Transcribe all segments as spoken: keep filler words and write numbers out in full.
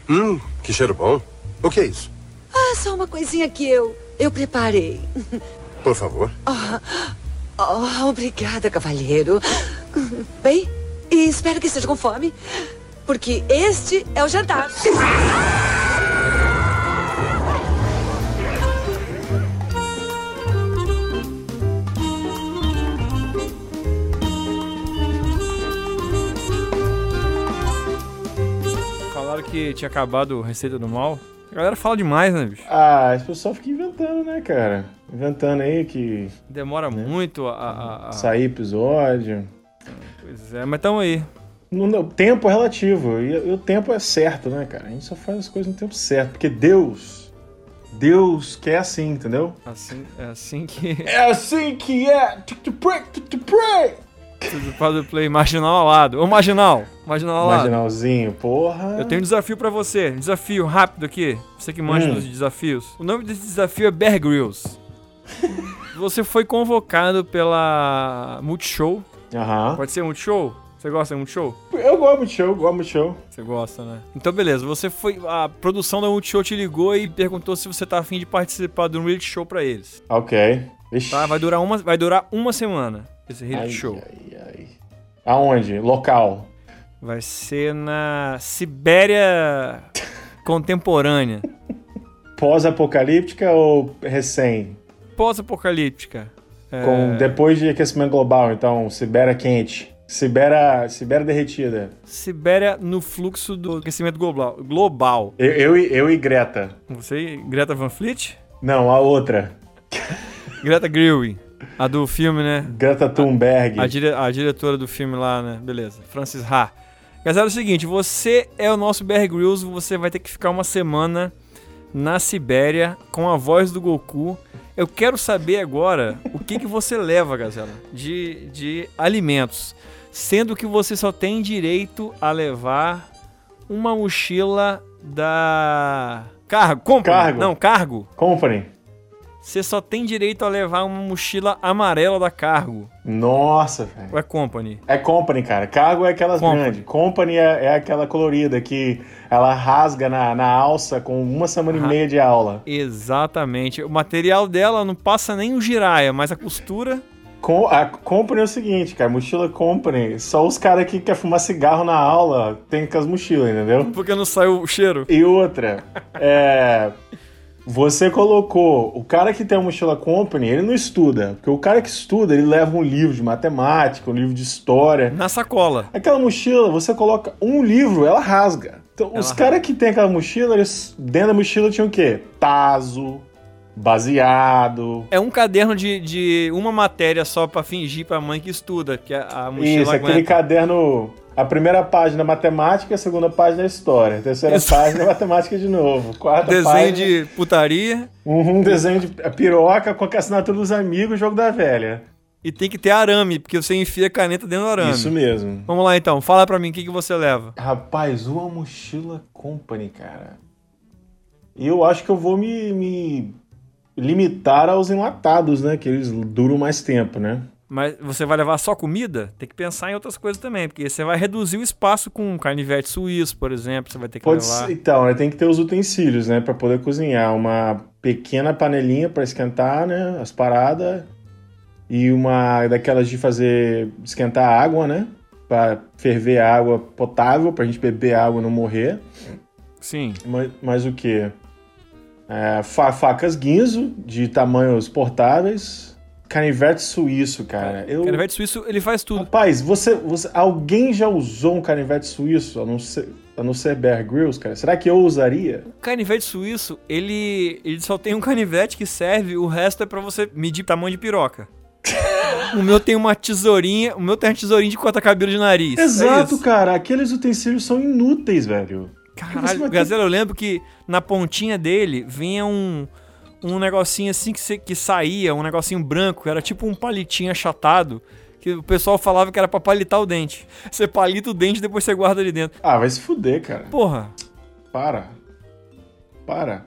Hum, que cheiro bom. O que é isso? Ah, só uma coisinha que eu... eu preparei. Por favor. Oh, oh, obrigada, cavalheiro. Bem, e espero que esteja com fome, porque este é o jantar. Falaram que tinha acabado a Receita do Mal. A galera fala demais, né, bicho? Ah, as pessoas ficam inventando, né, cara? Inventando aí que... Demora né? muito a, a, a... sair episódio. Pois é, mas tamo aí. O tempo é relativo. E, e o tempo é certo, né, cara? A gente só faz as coisas no tempo certo. Porque Deus... Deus quer assim, entendeu? Assim, é assim que... É assim que é! To pray, to pray! Tudo para o play marginal ao lado. Ô, marginal! Marginal ao lado. Marginalzinho, porra. Eu tenho um desafio pra você. Desafio rápido aqui. Você que manja hum. dos desafios. O nome desse desafio é Bear Grylls. Você foi convocado pela Multishow. Aham. Pode ser Multishow? Você gosta de Multishow? Eu gosto de Multishow, gosto de Multishow. Você gosta, né? Então, beleza. Você foi... A produção da Multishow te ligou e perguntou se você tá afim de participar do reality show pra eles. Ok. Ixi. Tá? Vai durar uma, vai durar uma semana esse reality ai, show. Ai, ai. Aonde? Local? Vai ser na Sibéria contemporânea. Pós-apocalíptica ou recém? Pós-apocalíptica. É... Com, depois de aquecimento global, então, Sibéria quente. Sibéria, Sibéria derretida. Sibéria no fluxo do aquecimento global. global. Eu, eu, eu e Greta. Você e Greta Van Fleet? Não, a outra. Greta Gerwig. A do filme, né? Greta Thunberg. A, a, dire, a diretora do filme lá, né? Beleza. Francis Ha. Galera, é o seguinte, você é o nosso Bear Grylls, você vai ter que ficar uma semana na Sibéria com a voz do Goku. Eu quero saber agora o que, que você leva, Gazela, de, de alimentos. Sendo que você só tem direito a levar uma mochila da... Cargo. Company. Cargo. Não, Cargo. Company. Você só tem direito a levar uma mochila amarela da Cargo. Nossa, velho. Ou é Company? É Company, cara. Cargo é aquelas Company. grandes. Company é, é aquela colorida que ela rasga na, na alça com uma semana ah, e meia de aula. Exatamente. O material dela não passa nem o giraia, mas a costura... Com, a Company é o seguinte, cara. Mochila Company. Só os caras que querem fumar cigarro na aula tem com as mochilas, entendeu? Porque não sai o cheiro. E outra, é... Você colocou... O cara que tem a mochila Company, ele não estuda. Porque o cara que estuda, ele leva um livro de matemática, um livro de história. Na sacola. Aquela mochila, você coloca um livro, ela rasga. Então, ela os caras que tem aquela mochila, eles, dentro da mochila tinham o quê? Tazo, baseado. É um caderno de, de uma matéria só pra fingir pra mãe que estuda, que a, a mochila Isso, aguenta. Aquele caderno... A primeira página é matemática, a segunda página é história. A terceira Isso. página é matemática de novo. Quarta desenho página... de putaria. Um desenho de piroca com a assinatura dos amigos, jogo da velha. E tem que ter arame, porque você enfia a caneta dentro do arame. Isso mesmo. Vamos lá então, fala pra mim, o que, que você leva? Rapaz, uma mochila Company, cara. E eu acho que eu vou me, me limitar aos enlatados, né? Que eles duram mais tempo, né? Mas você vai levar só comida? Tem que pensar em outras coisas também, porque você vai reduzir o espaço com um canivete suíço, por exemplo, você vai ter que Pode levar... Ser, então, né, tem que ter os utensílios, né, para poder cozinhar. Uma pequena panelinha para esquentar, né, as paradas, e uma daquelas de fazer, esquentar água, né, para ferver água potável, pra gente beber água e não morrer. Sim. Mas, mas o quê? É, fa- facas guinzo, de tamanhos portáveis... Canivete suíço, cara. Eu... Canivete suíço, ele faz tudo. Rapaz, você, você, alguém já usou um canivete suíço, a não ser, a não ser Bear Grylls, cara? Será que eu usaria? O canivete suíço, ele, ele só tem um canivete que serve, o resto é pra você medir tamanho de piroca. O meu tem uma tesourinha, o meu tem uma tesourinha de cortar cabelo de nariz. Exato, é cara. Aqueles utensílios são inúteis, velho. Caralho, Gazela, eu lembro que na pontinha dele vinha um... um negocinho assim que, se, que saía, um negocinho branco, era tipo um palitinho achatado, que o pessoal falava que era pra palitar o dente. Você palita o dente e depois você guarda ali dentro. Ah, vai se fuder, cara. Porra. Para. Para.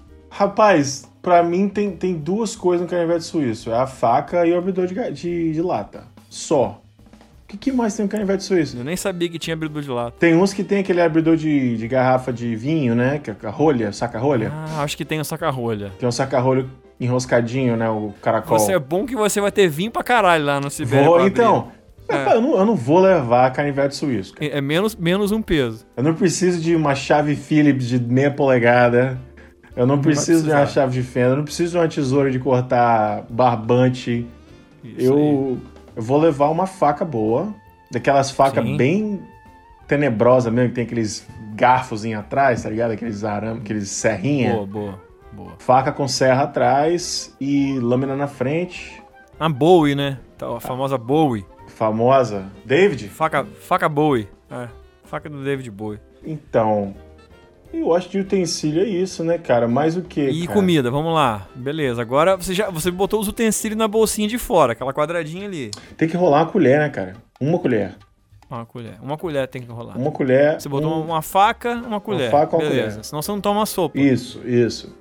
Rapaz, pra mim tem, tem duas coisas no canivete suíço. É a faca e o abridor de, de, de lata. Só. que, que mais tem um canivete suíço? Eu nem sabia que tinha abridor de lata. Tem uns que tem aquele abridor de, de garrafa de vinho, né? Que é a rolha, saca-rolha. Ah, acho que tem o saca-rolha. Tem um saca-rolho enroscadinho, né? O caracol. Você é bom que você vai ter vinho pra caralho lá no Sibéria. Vou, pra então, É. eu, não, eu não vou levar canivete suíço, cara. abrir. É menos, menos um peso. Eu não preciso de uma chave Phillips de meia polegada. Eu não preciso de uma precisar. chave de fenda. Eu não preciso de uma tesoura de cortar barbante. Isso Eu, eu vou levar uma faca boa. Daquelas facas Sim. bem tenebrosas mesmo, que tem aqueles garfozinhos atrás, tá ligado? Aqueles arames, aqueles aí. serrinha. Boa, boa, boa. Faca com serra atrás e lâmina na frente. A Bowie, né? Tá, A famosa Bowie. Famosa. David? Faca, faca Bowie. É, faca do David Bowie. Então, eu acho que de utensílio é isso, né, cara? Mais o que, E cara? comida, vamos lá. Beleza, agora você já você botou os utensílios na bolsinha de fora, aquela quadradinha ali. Tem que rolar uma colher, né, cara? Uma colher. Uma colher. Uma colher tem que rolar. Uma colher. Você botou um... uma, uma faca, uma colher. faca, uma Beleza, colher. senão você não toma sopa. Isso, isso.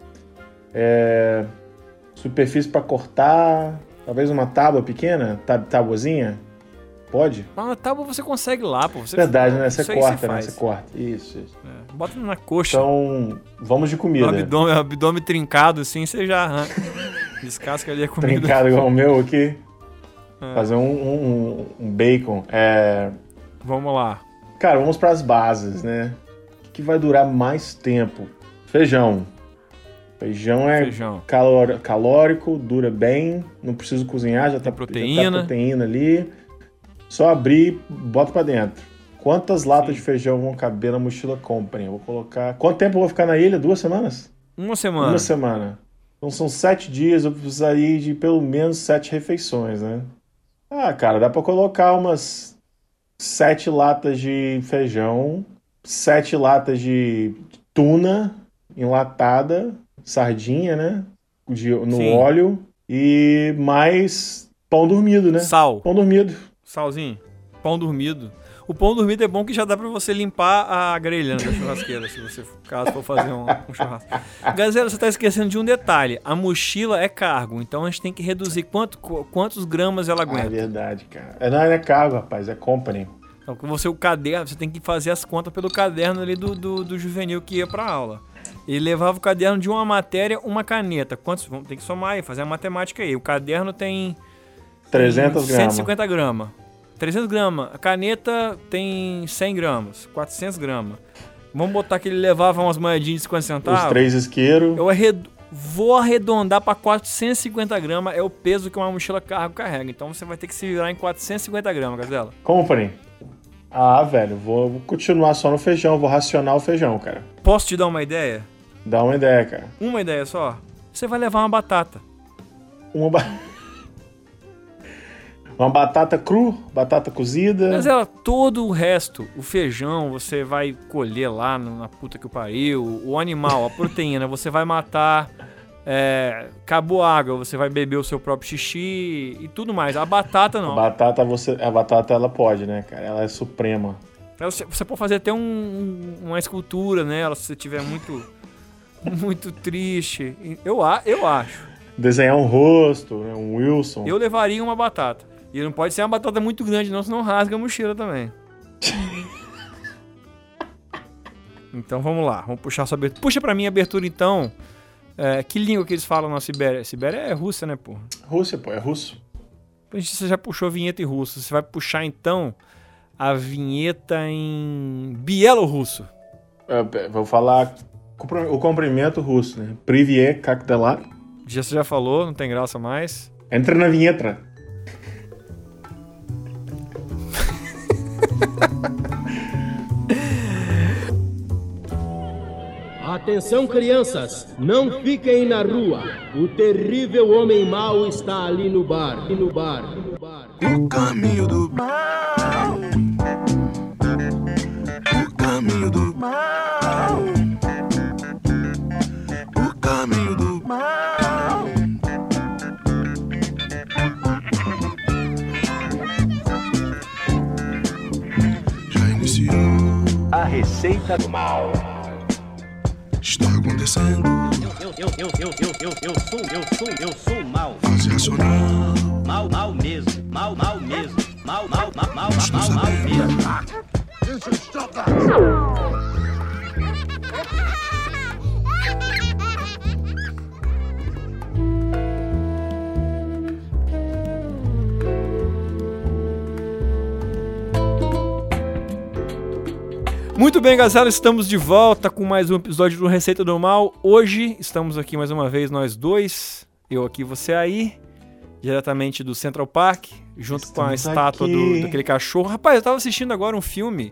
É... Superfície pra cortar. Talvez uma tábua pequena, tá, tábuazinha. Pode? Mas na tábua você consegue lá, pô. Você, Verdade, né? Você isso aí corta, você né? faz. Você corta. Isso, isso. É, bota na coxa. Então, vamos de o comida. abdômen, abdômen trincado assim, você já arranca. Descasca ali a comida. Trincado igual o meu aqui. É. Fazer um, um, um bacon. É... Vamos lá. Cara, vamos pras bases, né? O que vai durar mais tempo? Feijão. Feijão é Feijão. calor- calórico, dura bem, não preciso cozinhar, já tá, proteína. já tá proteína ali. Só abrir, bota pra dentro. Quantas latas Sim. de feijão vão caber na mochila Company? Eu vou colocar... Quanto tempo eu vou ficar na ilha? Duas semanas? Uma semana. Uma semana. Então são sete dias, eu precisaria de pelo menos sete refeições, né? Ah, cara, dá pra colocar umas sete latas de feijão, sete latas de tuna enlatada, sardinha, né? De, no Sim. óleo e mais pão dormido, né? Sal. Pão dormido. Salzinho. Pão dormido. O pão dormido é bom que já dá pra você limpar a grelha da churrasqueira, se você caso for fazer um, um churrasco. Gazela, você tá esquecendo de um detalhe. A mochila é cargo, então a gente tem que reduzir quanto, qu- quantos gramas ela Ah, é aguenta. verdade, cara. É, não, não é cargo, rapaz, é company. Então, com você, o caderno, você tem que fazer as contas pelo caderno ali do, do, do juvenil que ia pra aula. Ele levava o caderno de uma matéria, uma caneta. Quantos? Vamos ter que somar aí, fazer a matemática aí. O caderno tem trezentos cento e gramas. cinquenta gramas. trezentos gramas. A caneta tem cem gramas. quatrocentos gramas. Vamos botar que ele levava umas moedinhas de cinquenta centavos. Os três isqueiros. Eu arred... vou arredondar para quatrocentos e cinquenta gramas. É o peso que uma mochila cargo carrega. Então você vai ter que se virar em quatrocentos e cinquenta gramas, Gazela. Company. Ah, velho, vou, vou continuar só no feijão, vou racionar o feijão, cara. Posso te dar uma ideia? Dá uma ideia, cara. Uma ideia só? Você vai levar uma batata. Uma, ba... uma batata cru, batata cozida. Mas ela, todo o resto, o feijão, você vai colher lá no- na puta que o pariu. O animal, a proteína, você vai matar. É, acabou a água, você vai beber o seu próprio xixi e tudo mais. A batata A não. batata, você, a batata ela pode, né, cara? Ela é suprema. Você, você pode fazer até um- um- uma escultura nela, se você estiver muito, muito triste. Eu, a- eu acho. Desenhar um rosto, né? Um Wilson. Eu levaria uma batata. E não pode ser uma batata muito grande, não, senão rasga a mochila também. Então vamos lá, vamos puxar essa abertura. Puxa pra mim a abertura então. É, que língua que eles falam na Sibéria? Sibéria é Rússia, né, pô? Rússia, pô, é russo. Você já puxou vinheta em russo. Você vai puxar então a vinheta em bielorrusso. É, vou falar o comprimento russo, né? Privie, как dela. Já você já falou, não tem graça mais. Entra na vinheta. Atenção, crianças, não fiquem na rua. O terrível homem mau está ali no bar, ali no bar, no bar. O caminho do mal. O caminho do mal. O caminho do mal. Já iniciou. A receita do mal. Está acontecendo. Eu, eu, eu, eu, eu, eu, eu sou, eu sou, eu sou mal. Fase racional. Mal, mal mesmo, mal, mal mesmo. Mal, mal, mal, mal, mal, mal mesmo. Muito bem, galera, estamos de volta com mais um episódio do Receita do Mal. Hoje estamos aqui mais uma vez nós dois, eu aqui, você aí, diretamente do Central Park, junto estamos com a estátua do, daquele cachorro. Rapaz, eu tava assistindo agora um filme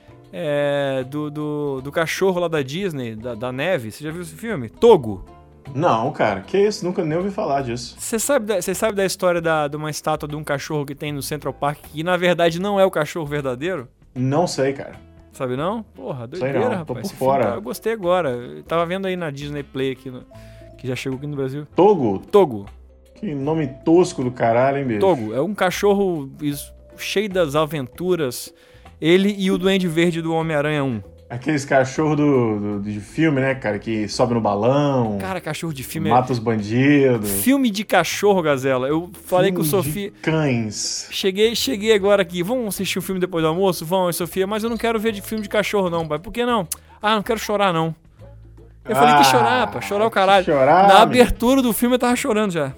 é, do, do, do cachorro lá da Disney, da, da neve. Você já viu esse filme? Togo. Não, cara, que isso? Nunca nem ouvi falar disso. Você sabe, da, você sabe da história da, de uma estátua de um cachorro que tem no Central Park, que na verdade não é o cachorro verdadeiro? Não sei, cara. Sabe não? Porra, doideira, não, rapaz. tô por Esse fora. filme, eu gostei agora. Eu tava vendo aí na Disney Play aqui, no, que já chegou aqui no Brasil. Togo? Togo. Que nome tosco do caralho, hein, bicho? Togo. É um cachorro is- cheio das aventuras. Ele e o Duende Verde do Homem-Aranha um. Aqueles cachorros do, do, de filme, né, cara? Que sobe no balão, Cara, cachorro de filme... mata os bandidos. Filme de cachorro, Gazela. Eu falei Filme com o Sofia... de cães. Cheguei, cheguei agora aqui. Vamos assistir um filme depois do almoço? Vamos, Sofia. Mas eu não quero ver de filme de cachorro, não, pai. Por que não? Ah, não quero chorar, não. Eu falei Ah, que chorar, pá. Chorar o caralho. chorar, Na meu. abertura do filme eu tava chorando já.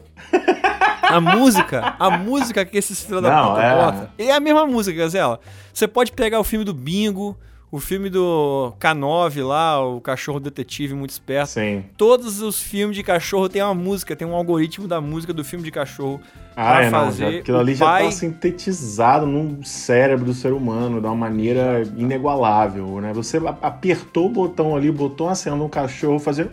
A música, a música que esses filhos da Não, puta é. botam, é a mesma música, Gazela. Você pode pegar o filme do Bingo, o filme do K nove lá, o Cachorro Detetive Muito Esperto. Sim. Todos os filmes de cachorro tem uma música, tem um algoritmo da música do filme de cachorro Ah, pra é, não. fazer. Já, aquilo o ali pai... já tá sintetizado no cérebro do ser humano de uma maneira inigualável, né? Você a- apertou o botão ali, botou uma cena no cachorro fazendo...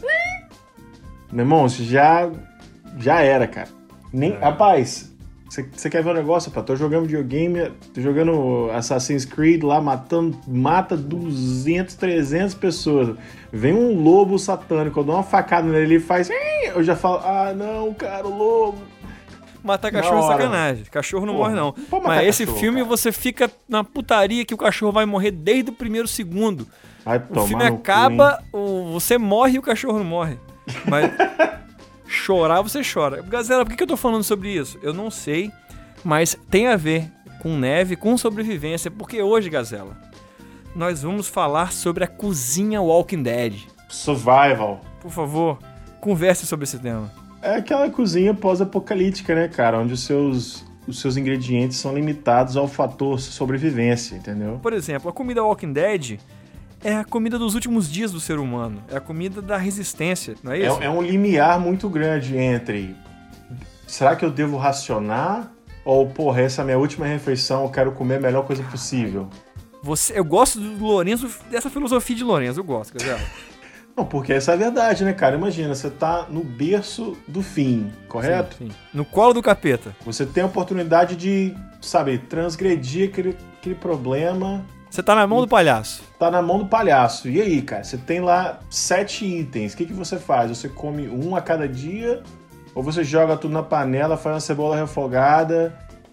Meu irmão, isso já, já era, cara. Nem, É. Rapaz, você quer ver um negócio? Pá? Tô jogando videogame, tô jogando Assassin's Creed lá, matando, mata duzentas, trezentas pessoas. Vem um lobo satânico, eu dou uma facada nele e faz... Eu já falo, ah, não, cara, o lobo... Matar Na cachorro é hora. sacanagem. Cachorro não Porra, morre, não. não pode matar Mas esse cachorro, filme cara. você fica na putaria que o cachorro vai morrer desde o primeiro segundo. Vai O tomar filme no cu, acaba, o- você morre e o cachorro não morre. Mas chorar, você chora. Gazela, por que que eu tô falando sobre isso? Eu não sei, mas tem a ver com neve, com sobrevivência, porque hoje, Gazela, nós vamos falar sobre a cozinha Walking Dead. Survival. Por favor, converse sobre esse tema. É aquela cozinha pós-apocalíptica, né, cara? Onde os seus, os seus ingredientes são limitados ao fator sobrevivência, entendeu? Por exemplo, a comida Walking Dead é a comida dos últimos dias do ser humano. É a comida da resistência, não é isso? É, é um limiar muito grande entre... Será que eu devo racionar? Ou, porra, essa é a minha última refeição, eu quero comer a melhor coisa possível? Você, eu gosto do Lourenço, dessa filosofia de Lourenço, eu gosto, Gazela. Não, porque essa é a verdade, né, cara? Imagina, você tá no berço do fim, correto? Sim, sim. No colo do capeta. Você tem a oportunidade de, sabe, transgredir aquele, aquele problema... Você tá na mão do palhaço. Tá na mão do palhaço. E aí, cara? Você tem lá sete itens. O que, que você faz? Você come um a cada dia? Ou você joga tudo na panela, faz uma cebola refogada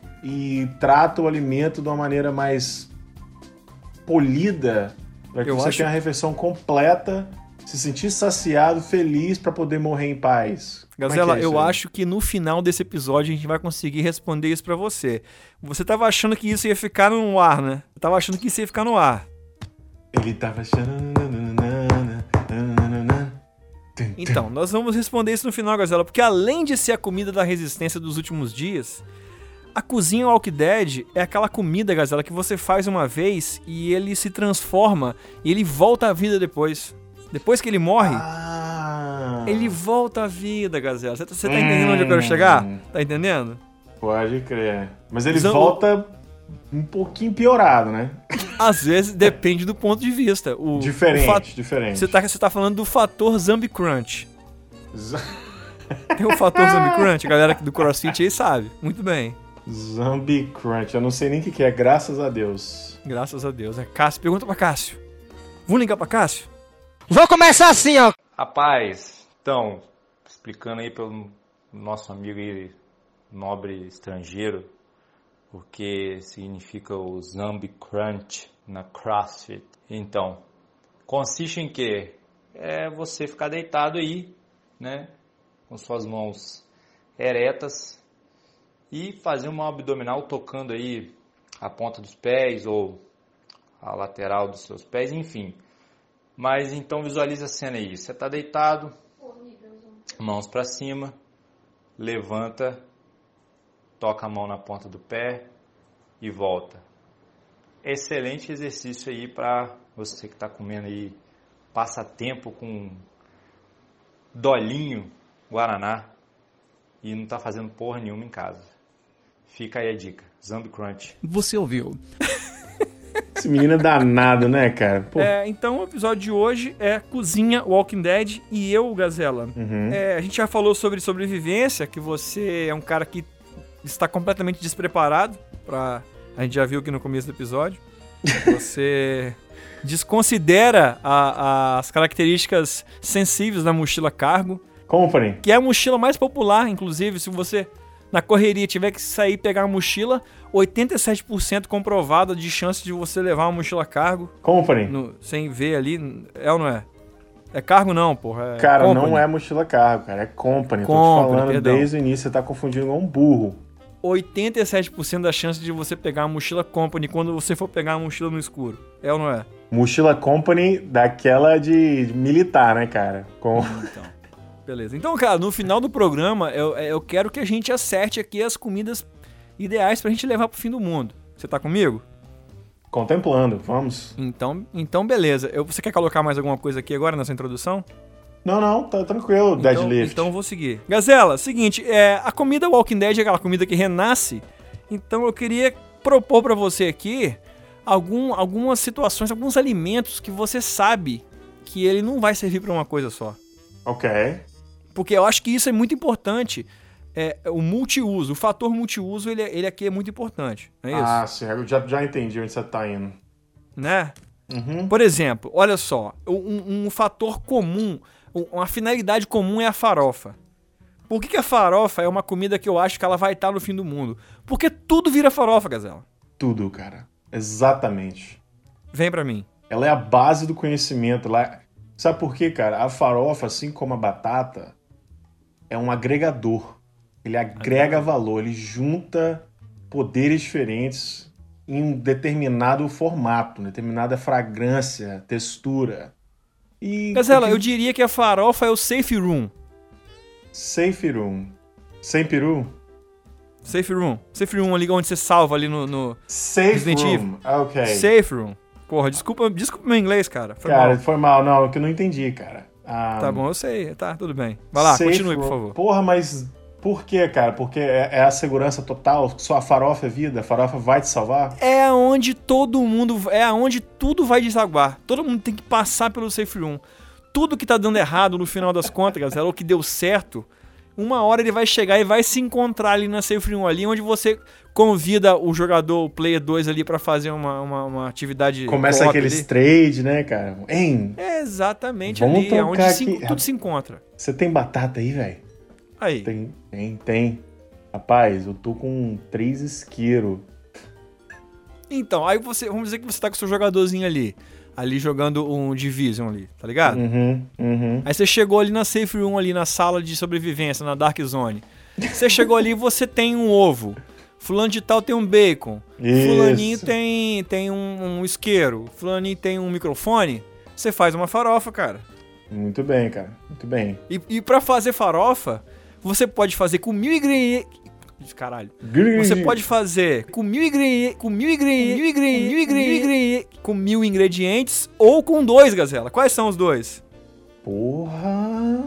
e trata o alimento de uma maneira mais polida para que Eu você acho- tenha uma refeição completa, se sentir saciado, feliz para poder morrer em paz? Como é que Gazela, é isso eu aí? acho que no final desse episódio a gente vai conseguir responder isso pra você. Você tava achando que isso ia ficar no ar, né? Eu tava achando que isso ia ficar no ar. Ele tava achando... Então, nós vamos responder isso no final, Gazela, porque além de ser a comida da resistência dos últimos dias, a cozinha Walking Dead é aquela comida, Gazela, que você faz uma vez e ele se transforma e ele volta à vida depois. Depois que ele morre, Ah, ele volta à vida, Gazela. Você tá, você tá entendendo onde eu quero chegar? Hum. Tá entendendo? Pode crer. Mas ele Zan- volta um pouquinho piorado, né? Às vezes depende do ponto de vista. O, Diferente, o fa- diferente. Você tá, você tá falando do fator Zombie Crunch. Z- Tem o fator Zombie Crunch, a galera do CrossFit aí sabe. Muito bem. Zombie Crunch. Eu não sei nem o que que é, graças a Deus. Graças a Deus, né? Cássio, pergunta pra Cássio. Vamos ligar pra Cássio? Vou começar assim, ó. Rapaz, então, explicando aí pelo nosso amigo aí, nobre estrangeiro, o que significa o Zombie Crunch na CrossFit. Então, consiste em que? É você ficar deitado aí, né, com suas mãos eretas e fazer uma abdominal tocando aí a ponta dos pés ou a lateral dos seus pés, enfim. Mas então visualize a cena aí. Você está deitado, mãos para cima, levanta, toca a mão na ponta do pé e volta. Excelente exercício aí para você que está comendo aí passatempo com dolinho Guaraná e não está fazendo porra nenhuma em casa. Fica aí a dica. Zombie Crunch. Você ouviu? Esse menino é danado, né, cara? Pô. É, então o episódio de hoje é Cozinha Walking Dead e eu, Gazela. Uhum. É, a gente já falou sobre sobrevivência, que você é um cara que está completamente despreparado pra... A gente já viu aqui no começo do episódio. Você desconsidera a, a, as características sensíveis da mochila cargo. Company. Que é a mochila mais popular, inclusive, se você na correria tiver que sair e pegar uma mochila, oitenta e sete por cento comprovado de chance de você levar uma mochila cargo. Company. No, sem ver ali, é ou não é? É cargo não, porra. É cara, company. Não é mochila cargo, cara, é company. company Tô te falando perdão. desde o início, você tá confundindo com um burro. oitenta e sete por cento da chance de você pegar uma mochila company quando você for pegar uma mochila no escuro. É ou não é? Mochila company daquela de, de militar, né, cara? Com... Então. Beleza. Então, cara, no final do programa, eu, eu quero que a gente acerte aqui as comidas ideais pra gente levar pro fim do mundo. Você tá comigo? Contemplando, vamos. Então, então beleza. Eu, você quer colocar mais alguma coisa aqui agora nessa introdução? Não, não, tá tranquilo, então, deadlift. Então eu vou seguir. Gazela, seguinte, é, a comida Walking Dead é aquela comida que renasce, então eu queria propor pra você aqui algum, algumas situações, alguns alimentos que você sabe que ele não vai servir pra uma coisa só. Ok. Porque eu acho que isso é muito importante. É, o multiuso, o fator multiuso, ele, ele aqui é muito importante. Não é isso? Ah, sim, eu já, já entendi onde você tá indo. Né? Uhum. Por exemplo, olha só, um, um fator comum, uma finalidade comum é a farofa. Por que, que a farofa é uma comida que eu acho que ela vai estar no fim do mundo? Porque tudo vira farofa, Gazela. Tudo, cara. Exatamente. Vem pra mim. Ela é a base do conhecimento. Ela... Sabe por quê, cara? A farofa, assim como a batata, é um agregador. Ele agrega valor, ele junta poderes diferentes em um determinado formato, determinada fragrância, textura. E Gazela, porque... eu diria que a farofa é o safe room. Safe room. Sem peru? Safe room. Safe room ali onde você salva ali no... no Safe Resident room, Evil. ok. Safe room. Porra, desculpa, desculpa meu inglês, cara. Foi cara, mal. foi mal. Não, que eu não entendi, cara. Um... Tá bom, eu sei. Tá, tudo bem. Vai lá, Safe continue, room. por favor. Porra, mas por quê, cara? Porque é, é a segurança total? Só a farofa é vida? A farofa vai te salvar? É aonde todo mundo... É aonde tudo vai desaguar. Todo mundo tem que passar pelo safe room. Tudo que tá dando errado no final das contas, galera, ou que deu certo, uma hora ele vai chegar e vai se encontrar ali na safe room ali, onde você convida o jogador, o player dois ali pra fazer uma, uma, uma atividade... Começa aqueles ali. Trade, né, cara? Hein? É exatamente Vamos ali, é onde aqui. se, tudo se encontra. Você tem batata aí, velho? Aí. Tem, tem, tem. Rapaz, eu tô com três isqueiros. Então, aí você, vamos dizer que você tá com o seu jogadorzinho ali, ali jogando um Division ali, tá ligado? Uhum, uhum. Aí você chegou ali na safe room, ali na sala de sobrevivência, na Dark Zone. Você chegou ali e você tem um ovo. Fulano de tal tem um bacon. Isso. Fulaninho tem, tem um, um isqueiro. Fulaninho tem um microfone. Você faz uma farofa, cara. Muito bem, cara. Muito bem. E, e pra fazer farofa, você pode fazer com mil ingredientes... Caralho. Você pode fazer com mil ingredientes... Com mil ingredientes... Mil ingredientes... Mil ingredientes... Com mil ingredientes ou com dois, Gazela. Quais são os dois? Porra...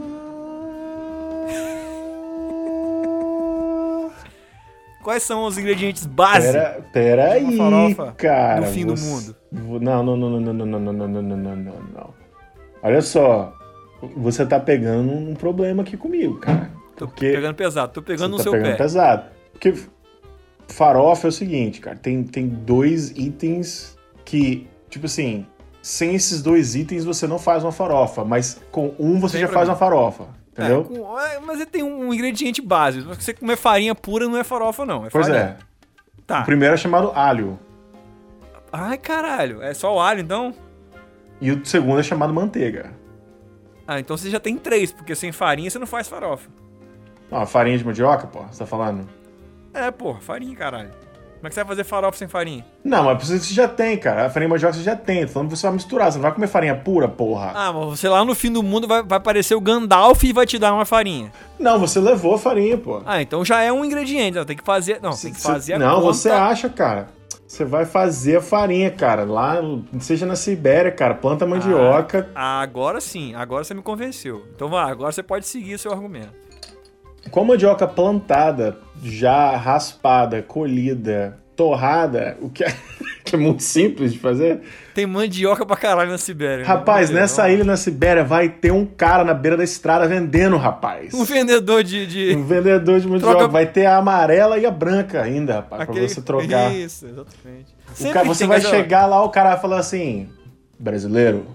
Quais são os ingredientes básicos? Pera, pera aí, cara. No fim você... do mundo. Não, não, não, não, não, não, não, não, não, não, não, não, não. Olha só, você tá pegando um problema aqui comigo, cara. Tô porque pegando pesado, tô pegando no tá seu pegando pé. pesado. Porque farofa é o seguinte, cara, tem, tem dois itens que, tipo assim, sem esses dois itens você não faz uma farofa, mas com um você Sempre já faz bem. uma farofa. Entendeu? É, com, é, mas ele tem um ingrediente básico. Se você comer farinha pura, não é farofa, não. É pois farinha. é. Tá. O primeiro é chamado alho. Ai, caralho. É só o alho, então? E o segundo é chamado manteiga. Ah, então você já tem três, porque sem farinha você não faz farofa. Ah, farinha de mandioca, pô, você tá falando? É, porra, farinha, caralho. Como é que você vai fazer farofa sem farinha? Não, mas você já tem, cara. A farinha de mandioca você já tem. Tô falando que você vai misturar. Você não vai comer farinha pura, porra. Ah, mas você lá no fim do mundo vai, vai aparecer o Gandalf e vai te dar uma farinha. Não, você levou a farinha, pô. Ah, então já é um ingrediente. Tem que fazer... Não, tem que fazer a Não, conta. você acha, cara. Você vai fazer a farinha, cara. Lá, seja na Sibéria, cara. Planta mandioca. Ah, agora sim. Agora você me convenceu. Então vai, agora você pode seguir o seu argumento. Com a mandioca plantada, já raspada, colhida, torrada, o que é, que é muito simples de fazer. Tem mandioca pra caralho na Sibéria. Rapaz, né? nessa ilha na Sibéria vai ter um cara na beira da estrada vendendo, rapaz. Um vendedor de... de... Um vendedor de mandioca. Troca... Vai ter a amarela e a branca ainda, rapaz, Aquele... pra você trocar. Isso, exatamente. O cara, você vai chegar lá, o cara vai falar assim, brasileiro...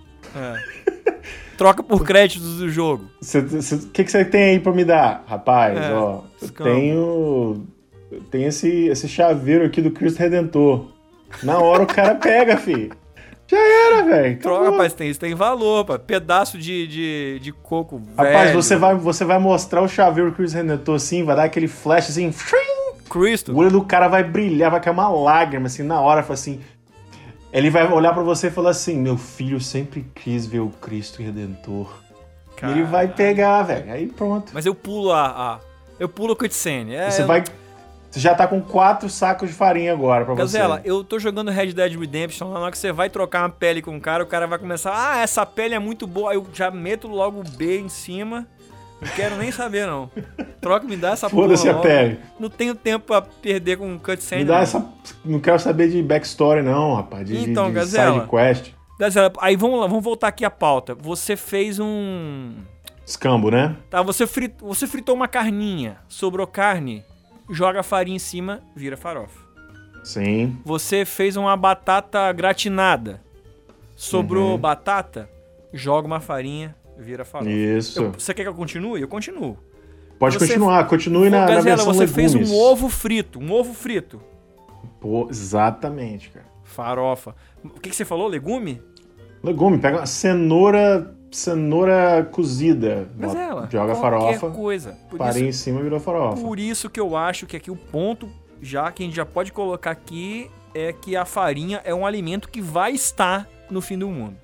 É. Troca por créditos do jogo. O que, que você tem aí pra me dar? Rapaz, é, ó, eu tenho, eu tenho esse, esse chaveiro aqui do Cristo Redentor. Na hora o cara pega, fi. Já era, velho. Troca, rapaz, tem, isso tem valor, pá. Pedaço de, de, de coco velho. Rapaz, você vai, você vai mostrar o chaveiro do Cristo Redentor assim, vai dar aquele flash assim. Cristo. O olho do cara vai brilhar, vai cair uma lágrima assim, na hora, fala assim... Ele vai olhar pra você e falar assim, meu filho sempre quis ver o Cristo Redentor. Caralho. Ele vai pegar, velho. Aí pronto. Mas eu pulo a... a eu pulo a cutscene. É, você eu... vai... Você já tá com quatro sacos de farinha agora pra Gazela, você. eu tô jogando Red Dead Redemption, na hora que você vai trocar uma pele com o cara, o cara vai começar, ah, essa pele é muito boa, aí eu já meto logo o B em cima, não quero nem saber não. Troca, me dá essa porra. Foda-se a pele. Não tenho tempo pra perder com cutscene. Me dá não. essa... Não quero saber de backstory não, rapaz, de, então, de, de Gazela, side quest. Gazela, aí vamos lá, vamos voltar aqui à pauta. Você fez um... Escambo, né? Tá, você, frit... você fritou uma carninha, sobrou carne... Joga a farinha em cima, vira farofa. Sim. Você fez uma batata gratinada. Sobrou uhum. batata, joga uma farinha, vira farofa. Isso. Eu, você quer que eu continue? Eu continuo. Pode você, continuar, continue na, Gazela, na versão você legumes. fez um ovo frito, um ovo frito. Pô, exatamente, cara. Farofa. O que, que você falou? Legume? Legume, pega uma cenoura... Cenoura cozida. Mas ela, joga farofa. Coisa. Por farinha isso, em cima e virou farofa. Por isso que eu acho que aqui o ponto, já que a gente já pode colocar aqui, é que a farinha é um alimento que vai estar no fim do mundo.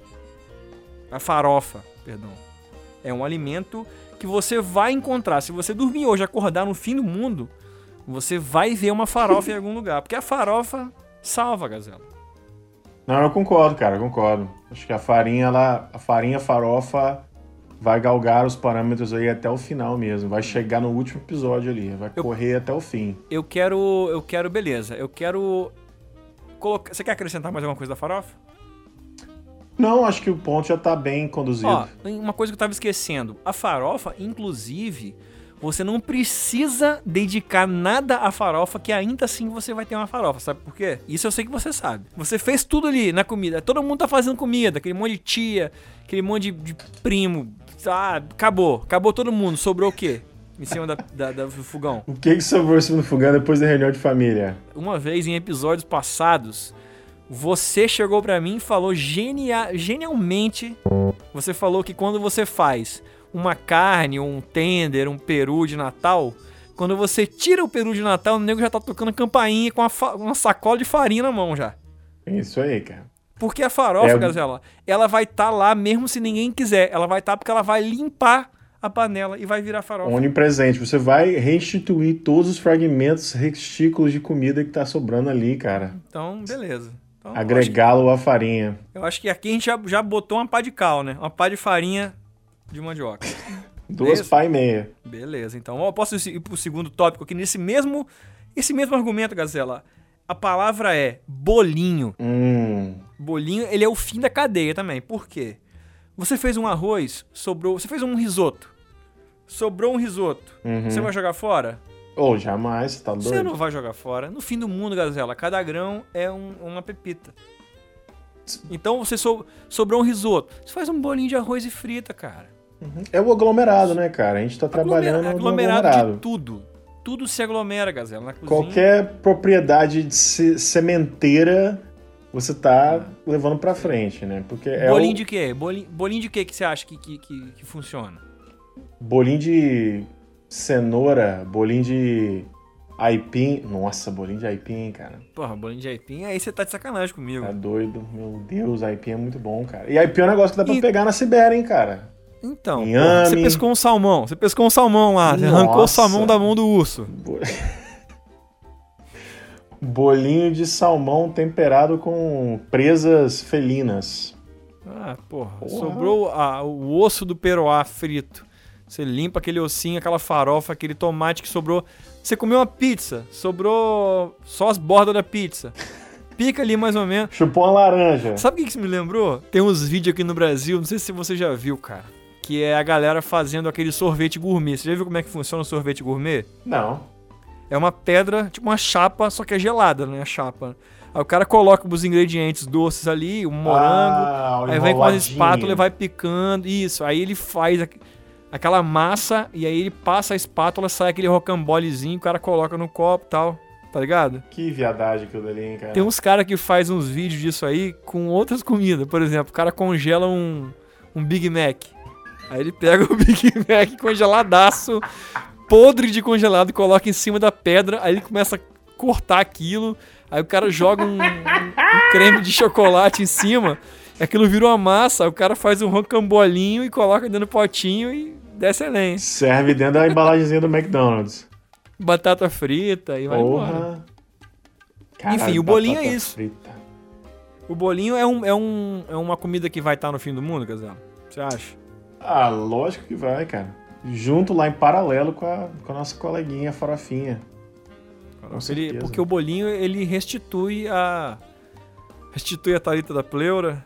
A farofa, perdão. É um alimento que você vai encontrar. Se você dormir hoje e acordar no fim do mundo, você vai ver uma farofa em algum lugar. Porque a farofa salva, Gazela. Não, eu concordo, cara, eu concordo. Acho que a farinha, ela, a farinha farofa vai galgar os parâmetros aí até o final mesmo. Vai chegar no último episódio ali, vai eu, correr até o fim. Eu quero, eu quero, beleza, eu quero colocar... Você quer acrescentar mais alguma coisa da farofa? Não, acho que o ponto já tá bem conduzido. Ó, uma coisa que eu tava esquecendo. A farofa, inclusive... Você não precisa dedicar nada à farofa, que ainda assim você vai ter uma farofa, sabe por quê? Isso eu sei que você sabe. Você fez tudo ali na comida, todo mundo tá fazendo comida, aquele monte de tia, aquele monte de, de primo, ah, acabou, acabou todo mundo, sobrou o quê? Em cima da, da, da, do fogão. O que que sobrou em cima do fogão depois da reunião de família? Uma vez, em episódios passados, você chegou pra mim e falou genia, genialmente, você falou que quando você faz... uma carne, um tender, um peru de Natal, quando você tira o peru de Natal, o nego já tá tocando campainha com uma, fa- uma sacola de farinha na mão já. Isso aí, cara. Porque a farofa, é... Gazela, ela vai estar tá lá mesmo se ninguém quiser. Ela vai estar tá porque ela vai limpar a panela e vai virar farofa. Onipresente. Você vai restituir todos os fragmentos, restículos de comida que tá sobrando ali, cara. Então, beleza. Então, agregá-lo à farinha. Eu acho que aqui a gente já, já botou uma pá de cal, né? Uma pá de farinha... de mandioca. Duas pá e meia. Beleza, então eu posso ir pro segundo tópico aqui, nesse mesmo, esse mesmo argumento, Gazela. A palavra é bolinho. Hum. Bolinho, ele é o fim da cadeia também. Por quê? Você fez um arroz, sobrou... Você fez um risoto. Sobrou um risoto. Uhum. Você vai jogar fora? Ou oh, jamais, você tá doido? Você não vai jogar fora. No fim do mundo, Gazela, cada grão é um, uma pepita. Então você so, sobrou um risoto. Você faz um bolinho de arroz e frita, cara. Uhum. É o aglomerado, né, cara? A gente tá trabalhando no aglomerado. Aglomerado de tudo. Tudo se aglomera, Gazela, na cozinha. Qualquer propriedade de sementeira você tá ah. levando pra frente, né? Porque é bolinho o... de quê? Bolinho, bolinho de quê que você acha que, que, que, que funciona? Bolinho de cenoura, bolinho de Aipim. Nossa, bolinho de aipim, cara. Porra, bolinho de aipim, aí você tá de sacanagem comigo. Tá doido. Meu Deus, aipim é muito bom, cara. E aipim é um negócio que dá pra E- pegar na Sibéria, hein, cara. Então, Inhame. porra, você pescou um salmão, você pescou um salmão lá, você arrancou o Nossa. salmão da mão do urso. Bo- Bolinho de salmão temperado com presas felinas. Ah, porra, Porra. sobrou a- o osso do peroá frito. Você limpa aquele ossinho, aquela farofa, aquele tomate que sobrou. Você comeu uma pizza, sobrou só as bordas da pizza. Pica ali mais ou menos. Chupou uma laranja. Sabe o que que isso me lembrou? Tem uns vídeos aqui no Brasil, não sei se você já viu, cara. Que é a galera fazendo aquele sorvete gourmet. Você já viu como é que funciona o sorvete gourmet? Não. É uma pedra, tipo uma chapa, só que é gelada, né? A chapa. Aí o cara coloca os ingredientes doces ali, o morango, Ah, aí vem com as enroladinho. espátulas e vai picando. Isso, aí ele faz aqu- aquela massa e aí ele passa a espátula, sai aquele rocambolezinho, o cara coloca no copo e tal, tá ligado? Que viadagem aquilo dali, hein, cara. Tem uns caras que faz uns vídeos disso aí com outras comidas. Por exemplo, o cara congela um, um Big Mac. Aí ele pega o Big Mac congeladaço, podre de congelado, e coloca em cima da pedra. Aí ele começa a cortar aquilo. Aí o cara joga um, um- um creme de chocolate em cima. Aquilo vira uma massa. Aí o cara faz um rocambolinho e coloca dentro do potinho e desce além. Serve dentro da embalagenzinha do McDonald's. Batata frita e vai embora. Porra. Caralho, Enfim, o bolinho é batata isso. frita. O bolinho é, um, é, um, é uma comida que vai estar no fim do mundo, Gazela? Você acha? Ah, lógico que vai, cara. Junto lá em paralelo com a, com a nossa coleguinha Farofinha. Com Ele- certeza. porque o bolinho, ele restitui a... Restitui a Thalita da Pleura,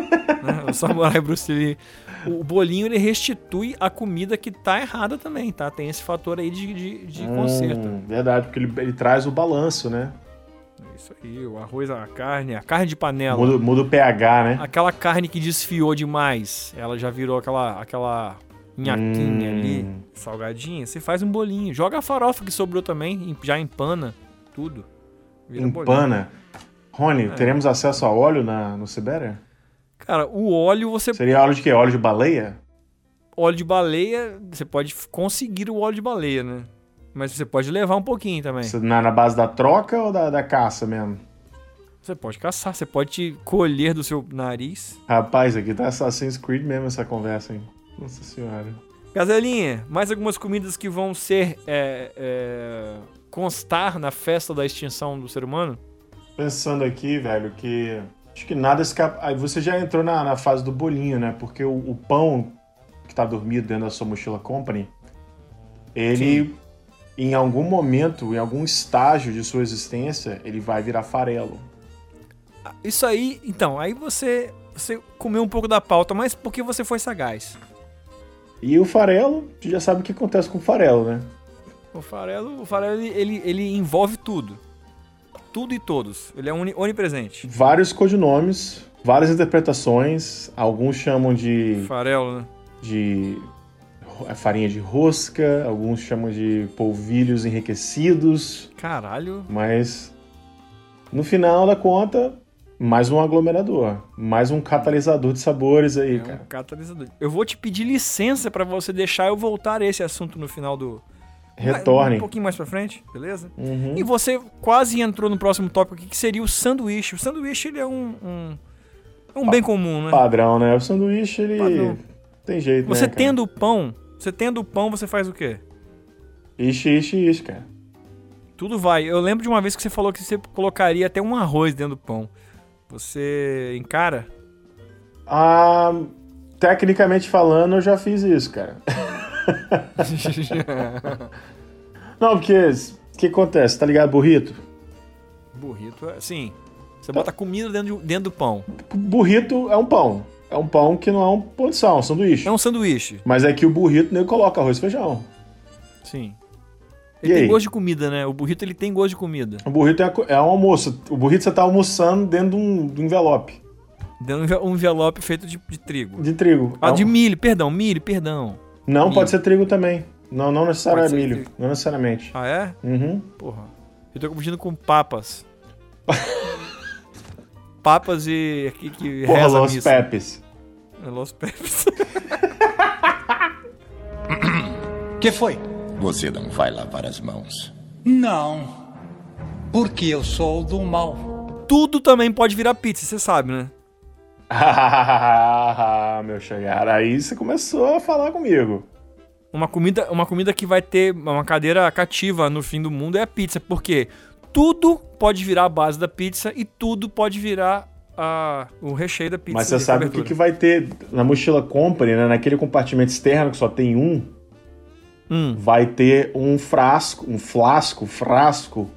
né? O Samurai Bruce Lee. O bolinho, ele restitui a comida que tá errada também, tá? Tem esse fator aí de, de, de Hum, conserto. verdade, porque ele, ele traz o balanço, né? É isso aí, o arroz, a carne, a carne de panela. Muda, muda o pH, né? Aquela carne que desfiou demais, ela já virou aquela, aquela nhaquinha Hum. ali, salgadinha. Você faz um bolinho. Joga a farofa que sobrou também, já empana tudo. Vira bolinho. Empana. Rony, É. teremos acesso a óleo na, no Sibéria? Cara, o óleo você... Seria óleo de quê? Óleo de baleia? Óleo de baleia, você pode f- conseguir o óleo de baleia, né? Mas você pode levar um pouquinho também. Você- Na, na base da troca ou da, da caça mesmo? Você pode caçar, você pode te colher do seu nariz. Rapaz, aqui tá Assassin's Creed mesmo essa conversa, hein? Nossa senhora. Gazelinha, mais algumas comidas que vão ser... é, é, constar na festa da extinção do ser humano? Pensando aqui, velho, que acho que nada escapa. Aí você já entrou na, na fase do bolinho, né? Porque o, o pão que tá dormido dentro da sua mochila company, ele, Sim. em algum momento, em algum estágio de sua existência, ele vai virar farelo. Isso aí, então, aí você, você comeu um pouco da pauta, mas porque você foi sagaz. E o farelo, você já sabe o que acontece com o farelo, né? O farelo, o farelo ele, ele, ele envolve tudo. Tudo e todos. Ele é uni- onipresente. Vários codinomes, várias interpretações, alguns chamam de, Farelo, né? de ro- farinha de rosca, alguns chamam de polvilhos enriquecidos, Caralho. mas no final da conta, mais um aglomerador, mais um catalisador de sabores aí, É um cara. catalisador. Eu vou te pedir licença pra você deixar eu voltar a esse assunto no final do... Retorne. Um pouquinho mais pra frente, beleza? Uhum. E você quase entrou no próximo tópico aqui, que seria o sanduíche. O sanduíche, ele é um... um, é um bem comum, né? Padrão, né? O sanduíche, ele Padrão. tem jeito, Você né, cara? tendo o pão, você tendo o pão, você faz o quê? Ixi, ixi, ixi, cara. Tudo vai. Eu lembro de uma vez que você falou que você colocaria até um arroz dentro do pão. Você encara? Ah, tecnicamente falando, eu já fiz isso, cara. Não, porque o que acontece? Tá ligado, burrito? Burrito, é- sim. Você bota comida dentro, de- dentro do pão. Burrito é um pão. É um pão que não é um pão de sal, é um sanduíche. É um sanduíche. Mas é que o burrito nem coloca arroz e feijão. Sim. E Ele tem aí? gosto de comida, né? O burrito, ele tem gosto de comida. O burrito é, a co- é um almoço. O burrito você tá almoçando dentro de um, de um envelope Dentro de um envelope feito de, de trigo. de trigo. Ah, É um- de milho, perdão. Milho, perdão. Não, milho. pode ser trigo também. Não, não necessariamente Pode ser milho. trigo. Não necessariamente. Ah, é? Uhum. Porra. Eu tô confundindo com papas. Papas e... Que, que Porra, reza a Los missa. Pepes. É Los Pepes. Que foi? Você não vai lavar as mãos. Não, porque eu sou do mal. Tudo também pode virar pizza, você sabe, né? Ah, meu chegar, aí você começou a falar comigo. Uma comida, uma comida que vai ter uma cadeira cativa no fim do mundo é a pizza, porque tudo pode virar a base da pizza e tudo pode virar a, o recheio da pizza. Mas você sabe o que, que vai ter na mochila Company, né? Naquele compartimento externo que só tem um, hum. vai ter um frasco, um flasco, frasco